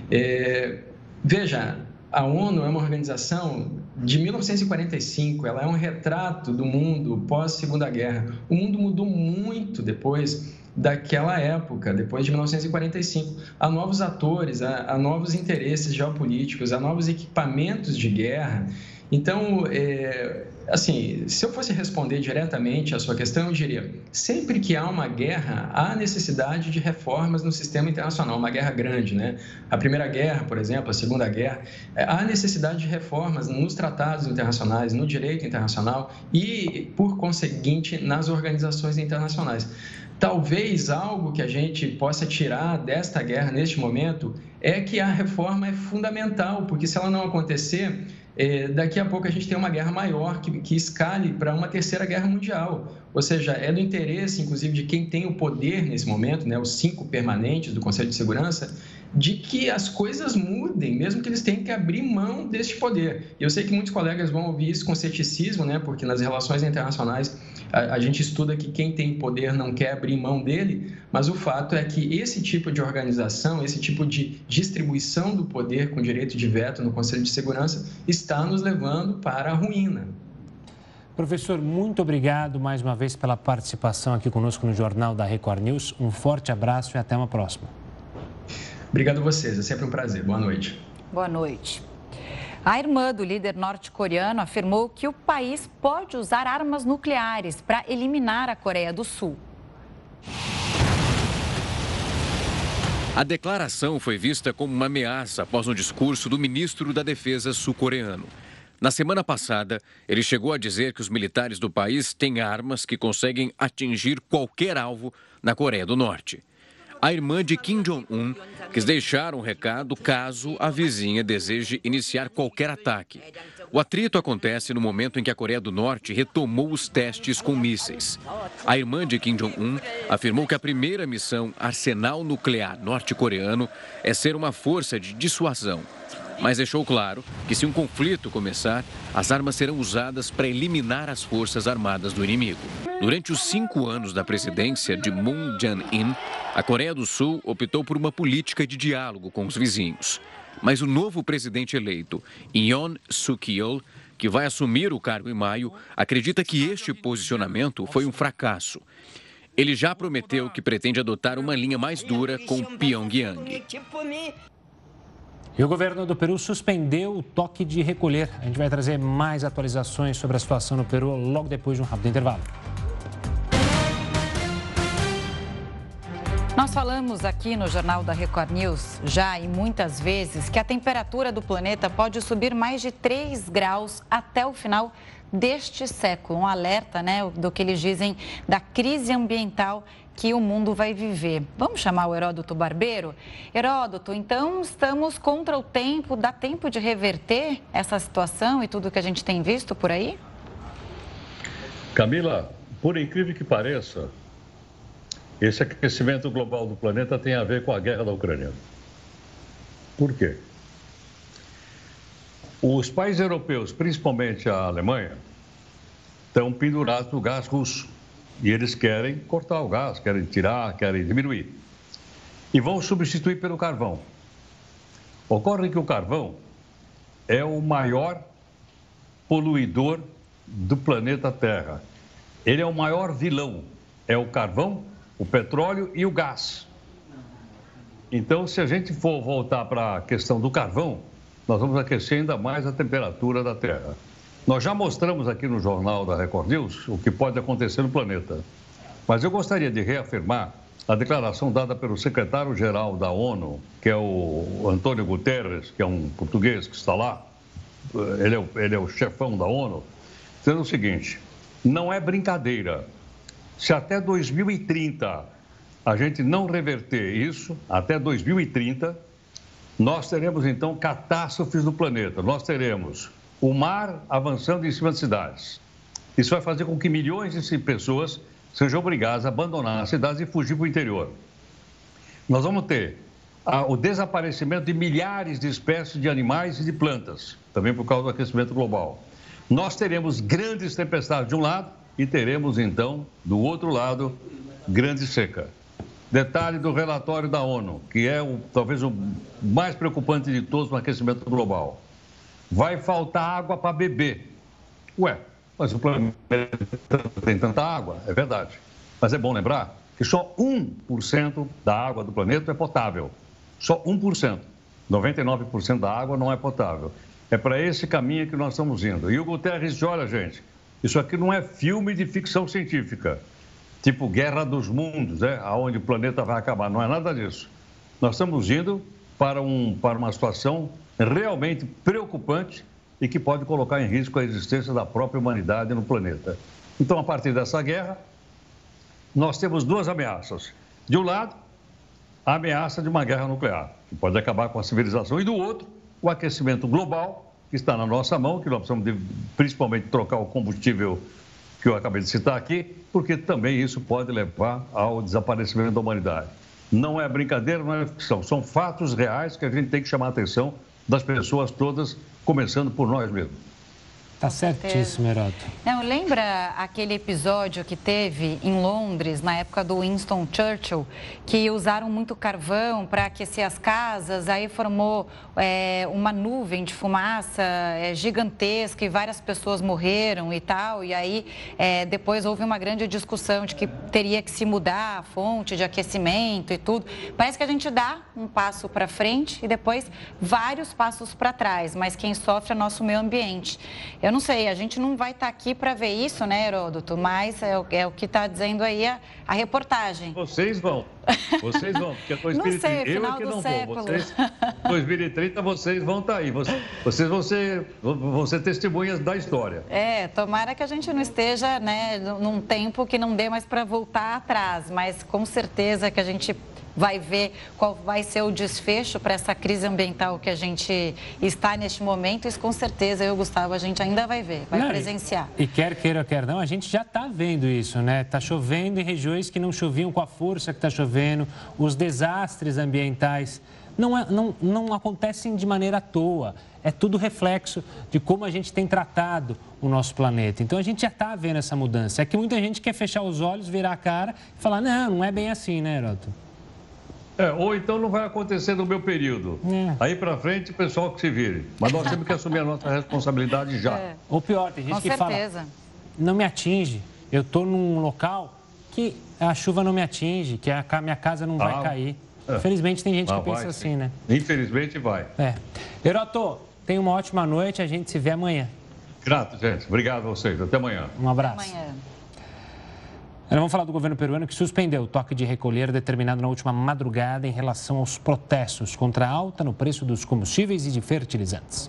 Veja, a ONU é uma organização de 1945, ela é um retrato do mundo pós-Segunda Guerra. O mundo mudou muito depois daquela época, depois de 1945. Há novos atores, há novos interesses geopolíticos, há novos equipamentos de guerra. Então, assim, se eu fosse responder diretamente à sua questão, eu diria, sempre que há uma guerra, há necessidade de reformas no sistema internacional, uma guerra grande, né? A Primeira Guerra, por exemplo, a Segunda Guerra, há necessidade de reformas nos tratados internacionais, no direito internacional e, por conseguinte, nas organizações internacionais. Talvez algo que a gente possa tirar desta guerra neste momento é que a reforma é fundamental, porque se ela não acontecer, daqui a pouco a gente tem uma guerra maior que escale para uma terceira guerra mundial. Ou seja, é do interesse, inclusive, de quem tem o poder nesse momento, né, os 5 permanentes do Conselho de Segurança, de que as coisas mudem, mesmo que eles tenham que abrir mão deste poder. E eu sei que muitos colegas vão ouvir isso com ceticismo, né, porque nas relações internacionais a gente estuda que quem tem poder não quer abrir mão dele, mas o fato é que esse tipo de organização, esse tipo de distribuição do poder com direito de veto no Conselho de Segurança está nos levando para a ruína. Professor, muito obrigado mais uma vez pela participação aqui conosco no Jornal da Record News. Um forte abraço e até uma próxima. Obrigado a vocês, é sempre um prazer. Boa noite. Boa noite. A irmã do líder norte-coreano afirmou que o país pode usar armas nucleares para eliminar a Coreia do Sul. A declaração foi vista como uma ameaça após um discurso do ministro da Defesa sul-coreano. Na semana passada, ele chegou a dizer que os militares do país têm armas que conseguem atingir qualquer alvo na Coreia do Norte. A irmã de Kim Jong-un quis deixar um recado caso a vizinha deseje iniciar qualquer ataque. O atrito acontece no momento em que a Coreia do Norte retomou os testes com mísseis. A irmã de Kim Jong-un afirmou que a primeira missão arsenal nuclear norte-coreano é ser uma força de dissuasão. Mas deixou claro que se um conflito começar, as armas serão usadas para eliminar as forças armadas do inimigo. Durante os 5 anos da presidência de Moon Jae-in, a Coreia do Sul optou por uma política de diálogo com os vizinhos. Mas o novo presidente eleito, Yoon Suk-yeol, que vai assumir o cargo em maio, acredita que este posicionamento foi um fracasso. Ele já prometeu que pretende adotar uma linha mais dura com Pyongyang. E o governo do Peru suspendeu o toque de recolher. A gente vai trazer mais atualizações sobre a situação no Peru logo depois de um rápido intervalo. Nós falamos aqui no Jornal da Record News já e muitas vezes que a temperatura do planeta pode subir mais de 3 graus até o final deste século. Um alerta, né, do que eles dizem da crise ambiental que o mundo vai viver. Vamos chamar o Heródoto Barbeiro? Heródoto, então estamos contra o tempo, dá tempo de reverter essa situação e tudo que a gente tem visto por aí? Camila, por incrível que pareça, esse aquecimento global do planeta tem a ver com a guerra da Ucrânia. Por quê? Os países europeus, principalmente a Alemanha, estão pendurados no gás russo. E eles querem cortar o gás, querem tirar, querem diminuir. E vão substituir pelo carvão. Ocorre que o carvão é o maior poluidor do planeta Terra. Ele é o maior vilão. É o carvão, o petróleo e o gás. Então, se a gente for voltar para a questão do carvão, nós vamos aquecer ainda mais a temperatura da Terra. Nós já mostramos aqui no Jornal da Record News o que pode acontecer no planeta. Mas eu gostaria de reafirmar a declaração dada pelo secretário-geral da ONU, que é o Antônio Guterres, que é um português que está lá, ele é o chefão da ONU, dizendo o seguinte: não é brincadeira. Se até 2030 a gente não reverter isso, até 2030, nós teremos então catástrofes no planeta. Nós teremos o mar avançando em cima das cidades. Isso vai fazer com que milhões de pessoas sejam obrigadas a abandonar as cidades e fugir para o interior. Nós vamos ter o desaparecimento de milhares de espécies de animais e de plantas, também por causa do aquecimento global. Nós teremos grandes tempestades de um lado e teremos, então, do outro lado, grande seca. Detalhe do relatório da ONU, que é talvez o mais preocupante de todos no aquecimento global. Vai faltar água para beber. Ué, mas o planeta tem tanta água, é verdade. Mas é bom lembrar que só 1% da água do planeta é potável. Só 1%. 99% da água não é potável. É para esse caminho que nós estamos indo. E o Guterres diz, olha, gente, isso aqui não é filme de ficção científica, tipo Guerra dos Mundos, onde o planeta vai acabar. Não é nada disso. Nós estamos indo para uma situação realmente preocupante e que pode colocar em risco a existência da própria humanidade no planeta. Então, a partir dessa guerra, nós temos duas ameaças. De um lado, a ameaça de uma guerra nuclear, que pode acabar com a civilização, e do outro, o aquecimento global, que está na nossa mão, que nós precisamos principalmente trocar o combustível que eu acabei de citar aqui, porque também isso pode levar ao desaparecimento da humanidade. Não é brincadeira, não é ficção, são fatos reais que a gente tem que chamar a atenção das pessoas todas, começando por nós mesmos. Tá certíssimo, Heródoto. Não, lembra aquele episódio que teve em Londres, na época do Winston Churchill, que usaram muito carvão para aquecer as casas, aí formou uma nuvem de fumaça gigantesca e várias pessoas morreram e tal, e aí depois houve uma grande discussão de que teria que se mudar a fonte de aquecimento e tudo. Parece que a gente dá um passo para frente e depois vários passos para trás, mas quem sofre é nosso meio ambiente. Eu não sei, a gente não vai estar aqui para ver isso, né, Heródoto? Mas é o que está dizendo aí a reportagem. Vocês vão, porque 2030, eu que não vou. 2030 vocês vão estar aí, vocês vão ser testemunhas da história. Tomara que a gente não esteja, né, num tempo que não dê mais para voltar atrás, mas com certeza que a gente vai ver qual vai ser o desfecho para essa crise ambiental que a gente está neste momento. Isso com certeza, eu e o Gustavo, a gente ainda vai ver, vai presenciar. E quer queira, quer não, a gente já está vendo isso, né? Está chovendo em regiões que não choviam com a força que está chovendo, os desastres ambientais não acontecem de maneira à toa. É tudo reflexo de como a gente tem tratado o nosso planeta. Então, a gente já está vendo essa mudança. É que muita gente quer fechar os olhos, virar a cara e falar, não é bem assim, né, Heródoto? Ou então não vai acontecer no meu período. Aí para frente, o pessoal que se vire. Mas nós temos que assumir a nossa responsabilidade já. Ou pior, tem gente que fala, não me atinge. Eu estou num local que a chuva não me atinge, que a minha casa não vai cair. Infelizmente, tem gente que pensa assim, né? Infelizmente, vai. Heródoto, tenha uma ótima noite. A gente se vê amanhã. Grato, gente. Obrigado a vocês. Até amanhã. Um abraço. Até amanhã. Vamos falar do governo peruano que suspendeu o toque de recolher determinado na última madrugada em relação aos protestos contra a alta no preço dos combustíveis e de fertilizantes.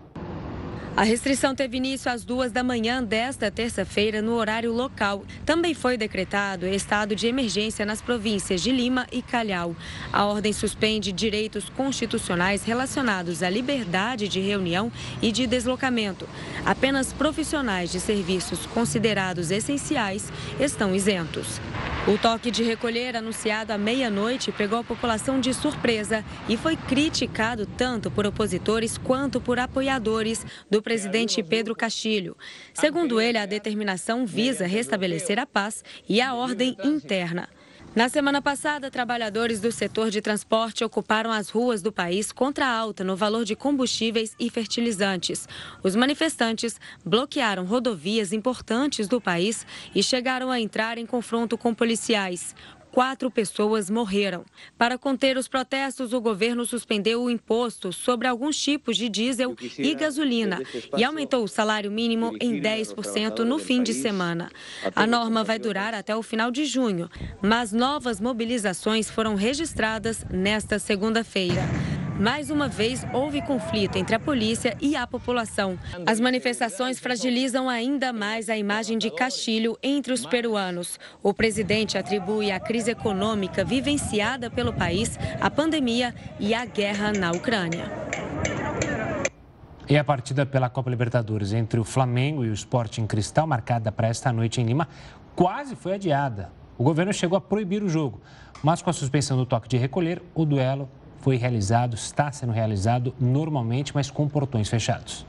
A restrição teve início às 2 da manhã desta terça-feira no horário local. Também foi decretado estado de emergência nas províncias de Lima e Callao. A ordem suspende direitos constitucionais relacionados à liberdade de reunião e de deslocamento. Apenas profissionais de serviços considerados essenciais estão isentos. O toque de recolher anunciado à meia-noite pegou a população de surpresa e foi criticado tanto por opositores quanto por apoiadores do presidente Pedro Castilho. Segundo ele, a determinação visa restabelecer a paz e a ordem interna. Na semana passada, trabalhadores do setor de transporte ocuparam as ruas do país contra a alta no valor de combustíveis e fertilizantes. Os manifestantes bloquearam rodovias importantes do país e chegaram a entrar em confronto com policiais. 4 pessoas morreram. Para conter os protestos, o governo suspendeu o imposto sobre alguns tipos de diesel e gasolina e aumentou o salário mínimo em 10% no fim de semana. A norma vai durar até o final de junho, mas novas mobilizações foram registradas nesta segunda-feira. Mais uma vez, houve conflito entre a polícia e a população. As manifestações fragilizam ainda mais a imagem de Castilho entre os peruanos. O presidente atribui a crise econômica vivenciada pelo país, a pandemia e a guerra na Ucrânia. E a partida pela Copa Libertadores entre o Flamengo e o Sporting Cristal, marcada para esta noite em Lima, quase foi adiada. O governo chegou a proibir o jogo, mas com a suspensão do toque de recolher, o duelo está sendo realizado normalmente, mas com portões fechados.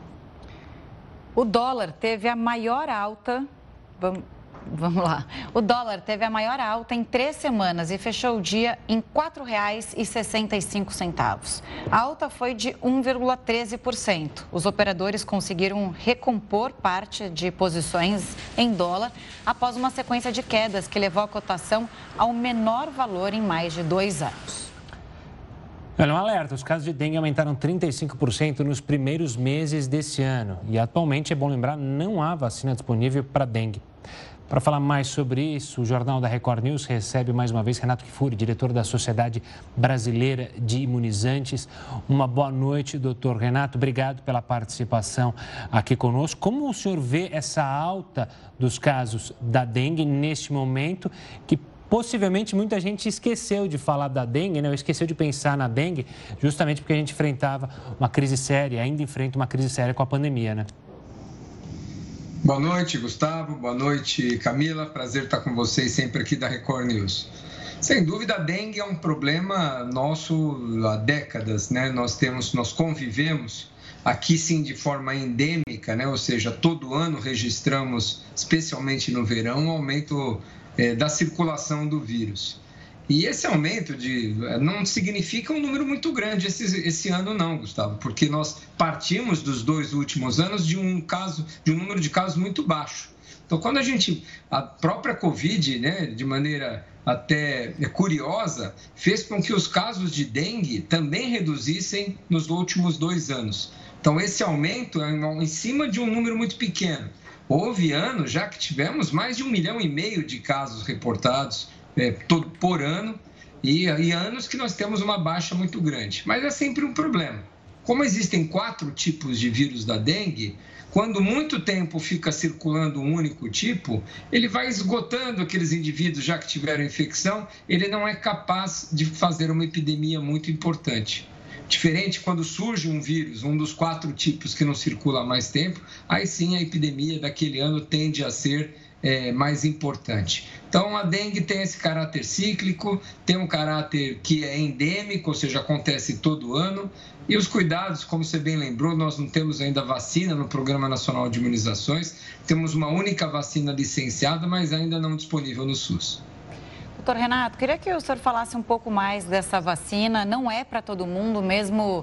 O dólar teve a maior alta. Vamos lá. O dólar teve a maior alta em 3 semanas e fechou o dia em R$ 4,65. A alta foi de 1,13%. Os operadores conseguiram recompor parte de posições em dólar após uma sequência de quedas que levou a cotação ao menor valor em mais de 2 anos. Olha, um alerta, os casos de dengue aumentaram 35% nos primeiros meses desse ano. E atualmente, é bom lembrar, não há vacina disponível para dengue. Para falar mais sobre isso, o Jornal da Record News recebe mais uma vez Renato Kfouri, diretor da Sociedade Brasileira de Imunizantes. Uma boa noite, doutor Renato. Obrigado pela participação aqui conosco. Como o senhor vê essa alta dos casos da dengue neste momento, que possivelmente muita gente esqueceu de falar da dengue, né? Esqueceu de pensar na dengue, justamente porque a gente enfrentava uma crise séria, ainda enfrenta uma crise séria com a pandemia, né? Boa noite, Gustavo. Boa noite, Camila. Prazer estar com vocês sempre aqui da Record News. Sem dúvida, a dengue é um problema nosso há décadas, né? Nós convivemos aqui sim de forma endêmica, né? Ou seja, todo ano registramos, especialmente no verão, um aumento da circulação do vírus. E esse aumento não significa um número muito grande esse ano não, Gustavo, porque nós partimos dos 2 últimos anos de um número de casos muito baixo. Então, quando a própria Covid, né, de maneira até curiosa, fez com que os casos de dengue também reduzissem nos últimos 2 anos. Então, esse aumento é em cima de um número muito pequeno. Houve anos já que tivemos mais de 1,5 milhão de casos reportados por ano e anos que nós temos uma baixa muito grande. Mas é sempre um problema. Como existem 4 tipos de vírus da dengue, quando muito tempo fica circulando um único tipo, ele vai esgotando aqueles indivíduos já que tiveram infecção, ele não é capaz de fazer uma epidemia muito importante. Diferente quando surge um vírus, um dos 4 tipos que não circula há mais tempo, aí sim a epidemia daquele ano tende a ser mais importante. Então, a dengue tem esse caráter cíclico, tem um caráter que é endêmico, ou seja, acontece todo ano. E os cuidados, como você bem lembrou, nós não temos ainda vacina no Programa Nacional de Imunizações. Temos uma única vacina licenciada, mas ainda não disponível no SUS. Doutor Renato, queria que o senhor falasse um pouco mais dessa vacina. Não é para todo mundo, mesmo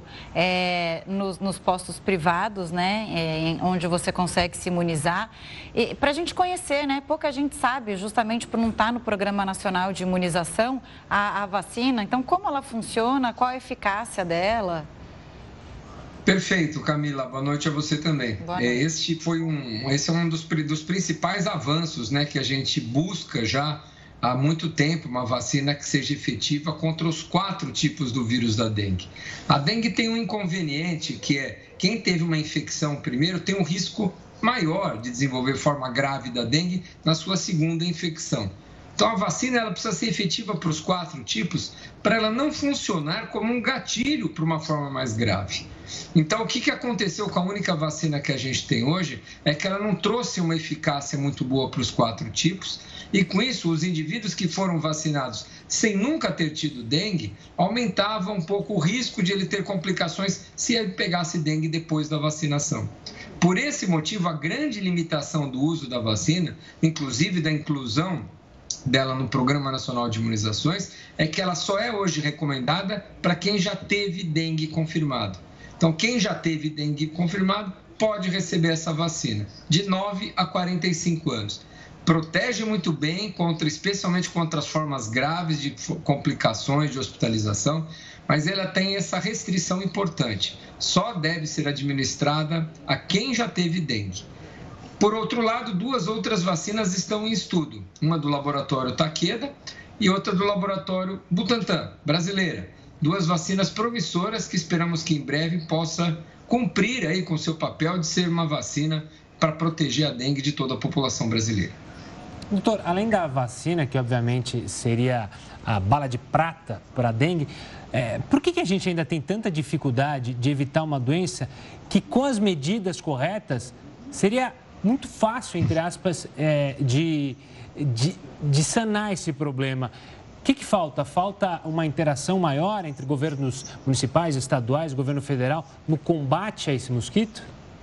nos postos privados, né, onde você consegue se imunizar. E para a gente conhecer, né, pouca gente sabe, justamente por não estar no Programa Nacional de Imunização, a vacina. Então, como ela funciona, qual a eficácia dela? Perfeito, Camila. Boa noite a você também. Esse é um dos principais avanços, né, que a gente busca já há muito tempo, uma vacina que seja efetiva contra os 4 tipos do vírus da dengue. A dengue tem um inconveniente, que é quem teve uma infecção primeiro tem um risco maior de desenvolver forma grave da dengue na sua segunda infecção. Então, a vacina ela precisa ser efetiva para os 4 tipos para ela não funcionar como um gatilho para uma forma mais grave. Então, o que aconteceu com a única vacina que a gente tem hoje é que ela não trouxe uma eficácia muito boa para os 4 tipos e, com isso, os indivíduos que foram vacinados sem nunca ter tido dengue aumentavam um pouco o risco de ele ter complicações se ele pegasse dengue depois da vacinação. Por esse motivo, a grande limitação do uso da vacina, inclusive da inclusão dela no Programa Nacional de Imunizações, é que ela só é hoje recomendada para quem já teve dengue confirmado. Então, quem já teve dengue confirmado pode receber essa vacina, de 9 a 45 anos. Protege muito bem, especialmente contra as formas graves de complicações de hospitalização, mas ela tem essa restrição importante. Só deve ser administrada a quem já teve dengue. Por outro lado, 2 outras vacinas estão em estudo. Uma do laboratório Takeda e outra do laboratório Butantan, brasileira. 2 vacinas promissoras que esperamos que em breve possa cumprir aí com seu papel de ser uma vacina para proteger a dengue de toda a população brasileira. Doutor, além da vacina, que obviamente seria a bala de prata para a dengue, por que a gente ainda tem tanta dificuldade de evitar uma doença que, com as medidas corretas, seria muito fácil, entre aspas, de sanar esse problema? O que falta? Falta uma interação maior entre governos municipais, estaduais, governo federal, no combate a esse mosquito?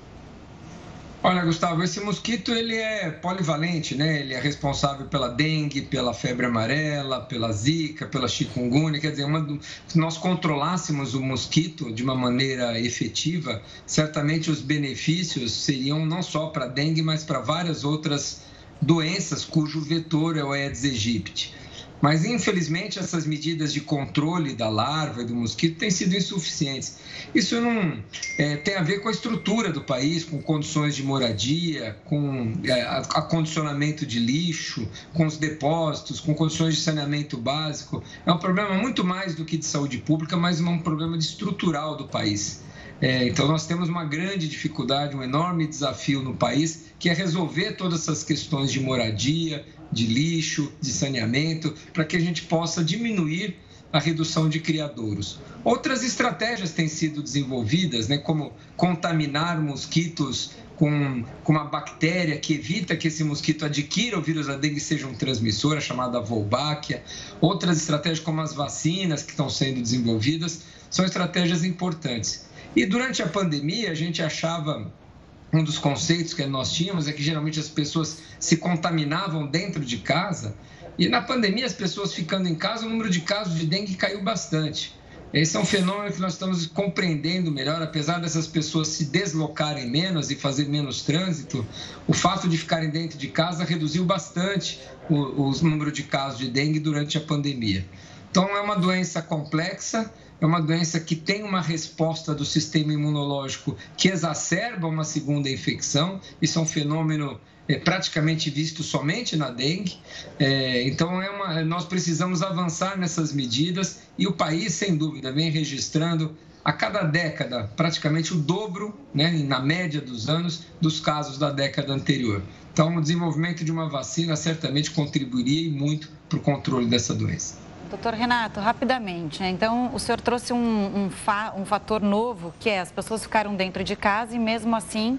Olha, Gustavo, esse mosquito ele é polivalente, né? Ele é responsável pela dengue, pela febre amarela, pela zika, pela chikungunya. Quer dizer, se nós controlássemos o mosquito de uma maneira efetiva, certamente os benefícios seriam não só para a dengue, mas para várias outras doenças cujo vetor é o Aedes aegypti. Mas, infelizmente, essas medidas de controle da larva e do mosquito têm sido insuficientes. Isso não tem a ver com a estrutura do país, com condições de moradia, com acondicionamento de lixo, com os depósitos, com condições de saneamento básico. É um problema muito mais do que de saúde pública, mas um problema estrutural do país. Então, nós temos uma grande dificuldade, um enorme desafio no país, que é resolver todas essas questões de moradia, de lixo, de saneamento, para que a gente possa diminuir a redução de criadouros. Outras estratégias têm sido desenvolvidas, né, como contaminar mosquitos com uma bactéria que evita que esse mosquito adquira o vírus da dengue e seja um transmissor, a chamada Wolbachia. Outras estratégias, como as vacinas que estão sendo desenvolvidas, são estratégias importantes. E durante a pandemia, a gente achava, um dos conceitos que nós tínhamos é que geralmente as pessoas se contaminavam dentro de casa, e na pandemia, as pessoas ficando em casa, o número de casos de dengue caiu bastante. Esse é um fenômeno que nós estamos compreendendo melhor, apesar dessas pessoas se deslocarem menos e fazer menos trânsito, o fato de ficarem dentro de casa reduziu bastante o número de casos de dengue durante a pandemia. Então, é uma doença complexa, é uma doença que tem uma resposta do sistema imunológico que exacerba uma segunda infecção. Isso é um fenômeno praticamente visto somente na dengue. Então, nós precisamos avançar nessas medidas e o país, sem dúvida, vem registrando a cada década praticamente o dobro, né, na média dos anos, dos casos da década anterior. Então, o desenvolvimento de uma vacina certamente contribuiria muito para o controle dessa doença. Doutor Renato, rapidamente, né? Então, o senhor trouxe um fator novo, que é as pessoas ficaram dentro de casa e, mesmo assim,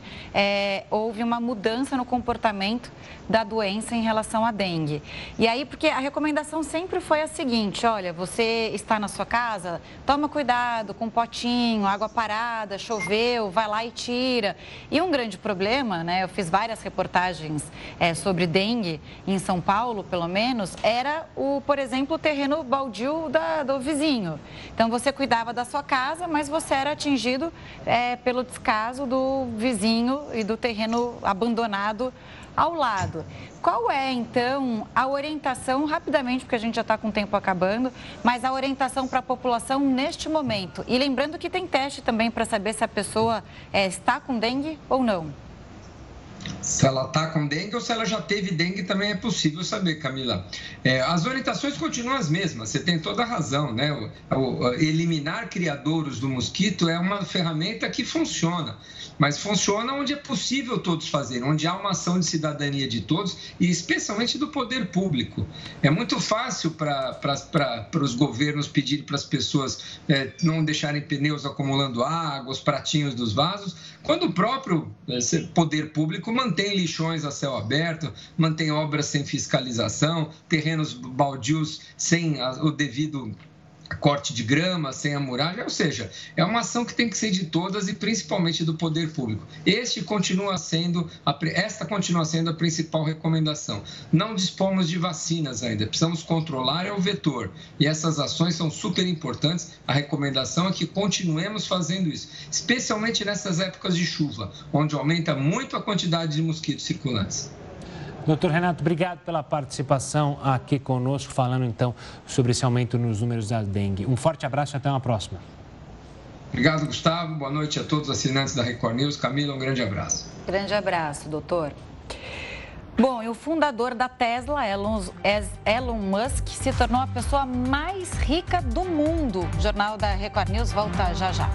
houve uma mudança no comportamento da doença em relação à dengue. E aí, porque a recomendação sempre foi a seguinte, olha, você está na sua casa, toma cuidado com um potinho, água parada, choveu, vai lá e tira. E um grande problema, né, eu fiz várias reportagens sobre dengue em São Paulo, pelo menos, era, por exemplo, o terreno baldio do vizinho. Então, você cuidava da sua casa, mas você era atingido pelo descaso do vizinho e do terreno abandonado ao lado. Qual é, então, a orientação, rapidamente, porque a gente já está com o tempo acabando, mas a orientação para a população neste momento? E lembrando que tem teste também para saber se a pessoa está com dengue ou não. Se ela está com dengue ou se ela já teve dengue também é possível saber, Camila. As orientações continuam as mesmas, você tem toda a razão, né? Eliminar criadouros do mosquito é uma ferramenta que funciona, mas funciona onde é possível todos fazerem, onde há uma ação de cidadania de todos e especialmente do poder público. É muito fácil para os governos pedirem para as pessoas não deixarem pneus acumulando água, os pratinhos dos vasos, quando o próprio poder público mantém lixões a céu aberto, mantém obras sem fiscalização, terrenos baldios sem o devido corte de grama, sem a muralha, ou seja, é uma ação que tem que ser de todas e principalmente do poder público. Esta continua sendo a principal recomendação. Não dispomos de vacinas ainda, precisamos controlar o vetor e essas ações são super importantes. A recomendação é que continuemos fazendo isso, especialmente nessas épocas de chuva, onde aumenta muito a quantidade de mosquitos circulantes. Doutor Renato, obrigado pela participação aqui conosco, falando então sobre esse aumento nos números da dengue. Um forte abraço e até uma próxima. Obrigado, Gustavo. Boa noite a todos os assinantes da Record News. Camila, um grande abraço. Grande abraço, doutor. Bom, e o fundador da Tesla, Elon Musk, se tornou a pessoa mais rica do mundo. O Jornal da Record News volta já já.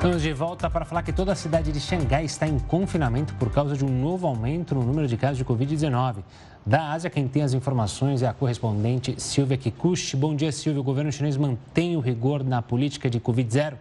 Estamos de volta para falar que toda a cidade de Xangai está em confinamento por causa de um novo aumento no número de casos de Covid-19. Da Ásia, quem tem as informações é a correspondente Silvia Kikuchi. Bom dia, Silvia. O governo chinês mantém o rigor na política de Covid-0?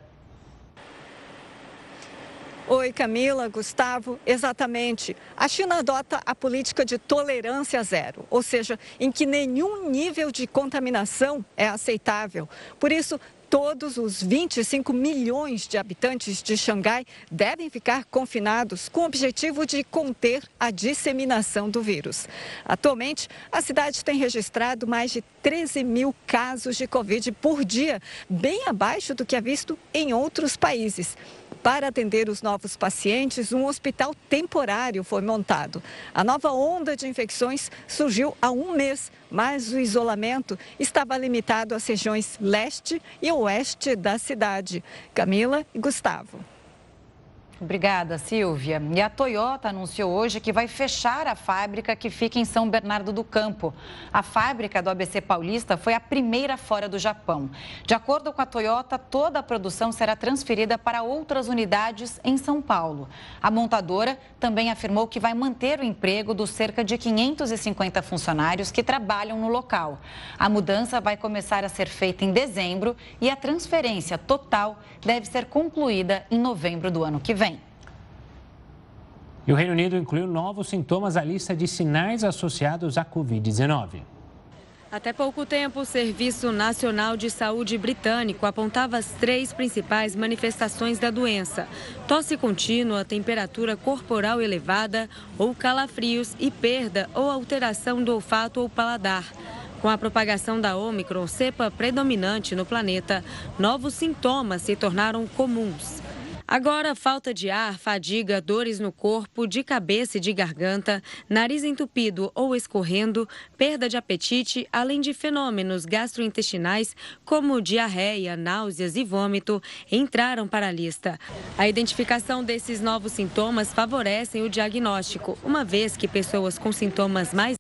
Oi, Camila, Gustavo, exatamente. A China adota a política de tolerância zero, ou seja, em que nenhum nível de contaminação é aceitável. Por isso, todos os 25 milhões de habitantes de Xangai devem ficar confinados com o objetivo de conter a disseminação do vírus. Atualmente, a cidade tem registrado mais de 13 mil casos de Covid por dia, bem abaixo do que é visto em outros países. Para atender os novos pacientes, um hospital temporário foi montado. A nova onda de infecções surgiu há um mês, mas o isolamento estava limitado às regiões leste e oeste da cidade. Camila e Gustavo. Obrigada, Silvia. E a Toyota anunciou hoje que vai fechar a fábrica que fica em São Bernardo do Campo. A fábrica do ABC Paulista foi a primeira fora do Japão. De acordo com a Toyota, toda a produção será transferida para outras unidades em São Paulo. A montadora também afirmou que vai manter o emprego dos cerca de 550 funcionários que trabalham no local. A mudança vai começar a ser feita em dezembro e a transferência total deve ser concluída em novembro do ano que vem. E o Reino Unido incluiu novos sintomas à lista de sinais associados à Covid-19. Até pouco tempo, o Serviço Nacional de Saúde britânico apontava as 3 principais manifestações da doença: tosse contínua, temperatura corporal elevada ou calafrios e perda ou alteração do olfato ou paladar. Com a propagação da Ômicron, cepa predominante no planeta, novos sintomas se tornaram comuns. Agora, falta de ar, fadiga, dores no corpo, de cabeça e de garganta, nariz entupido ou escorrendo, perda de apetite, além de fenômenos gastrointestinais como diarreia, náuseas e vômito, entraram para a lista. A identificação desses novos sintomas favorecem o diagnóstico, uma vez que pessoas com sintomas mais...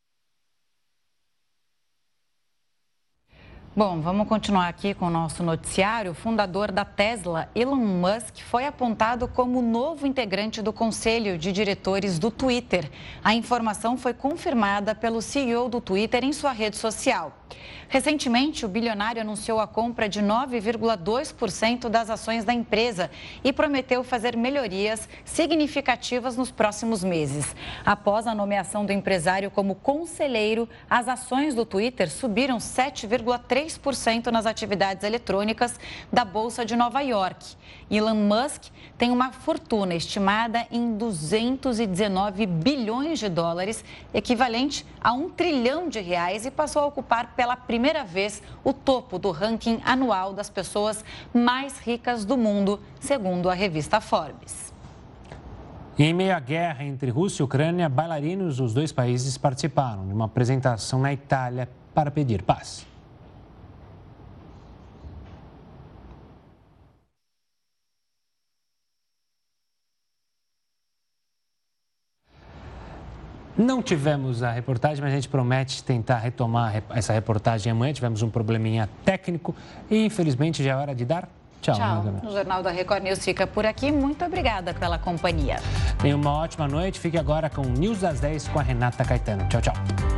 Bom, vamos continuar aqui com o nosso noticiário. O fundador da Tesla, Elon Musk, foi apontado como novo integrante do conselho de diretores do Twitter. A informação foi confirmada pelo CEO do Twitter em sua rede social. Recentemente, o bilionário anunciou a compra de 9,2% das ações da empresa e prometeu fazer melhorias significativas nos próximos meses. Após a nomeação do empresário como conselheiro, as ações do Twitter subiram 7,3% nas atividades eletrônicas da Bolsa de Nova York. Elon Musk tem uma fortuna estimada em 219 bilhões de dólares, equivalente a R$1 trilhão, e passou a ocupar pela primeira vez o topo do ranking anual das pessoas mais ricas do mundo, segundo a revista Forbes. E em meio à guerra entre Rússia e Ucrânia, bailarinos dos dois países participaram de uma apresentação na Itália para pedir paz. Não tivemos a reportagem, mas a gente promete tentar retomar essa reportagem amanhã. Tivemos um probleminha técnico e, infelizmente, já é hora de dar tchau. Tchau. O Jornal da Record News fica por aqui. Muito obrigada pela companhia. Tenha uma ótima noite. Fique agora com o News das 10 com a Renata Caetano. Tchau, tchau.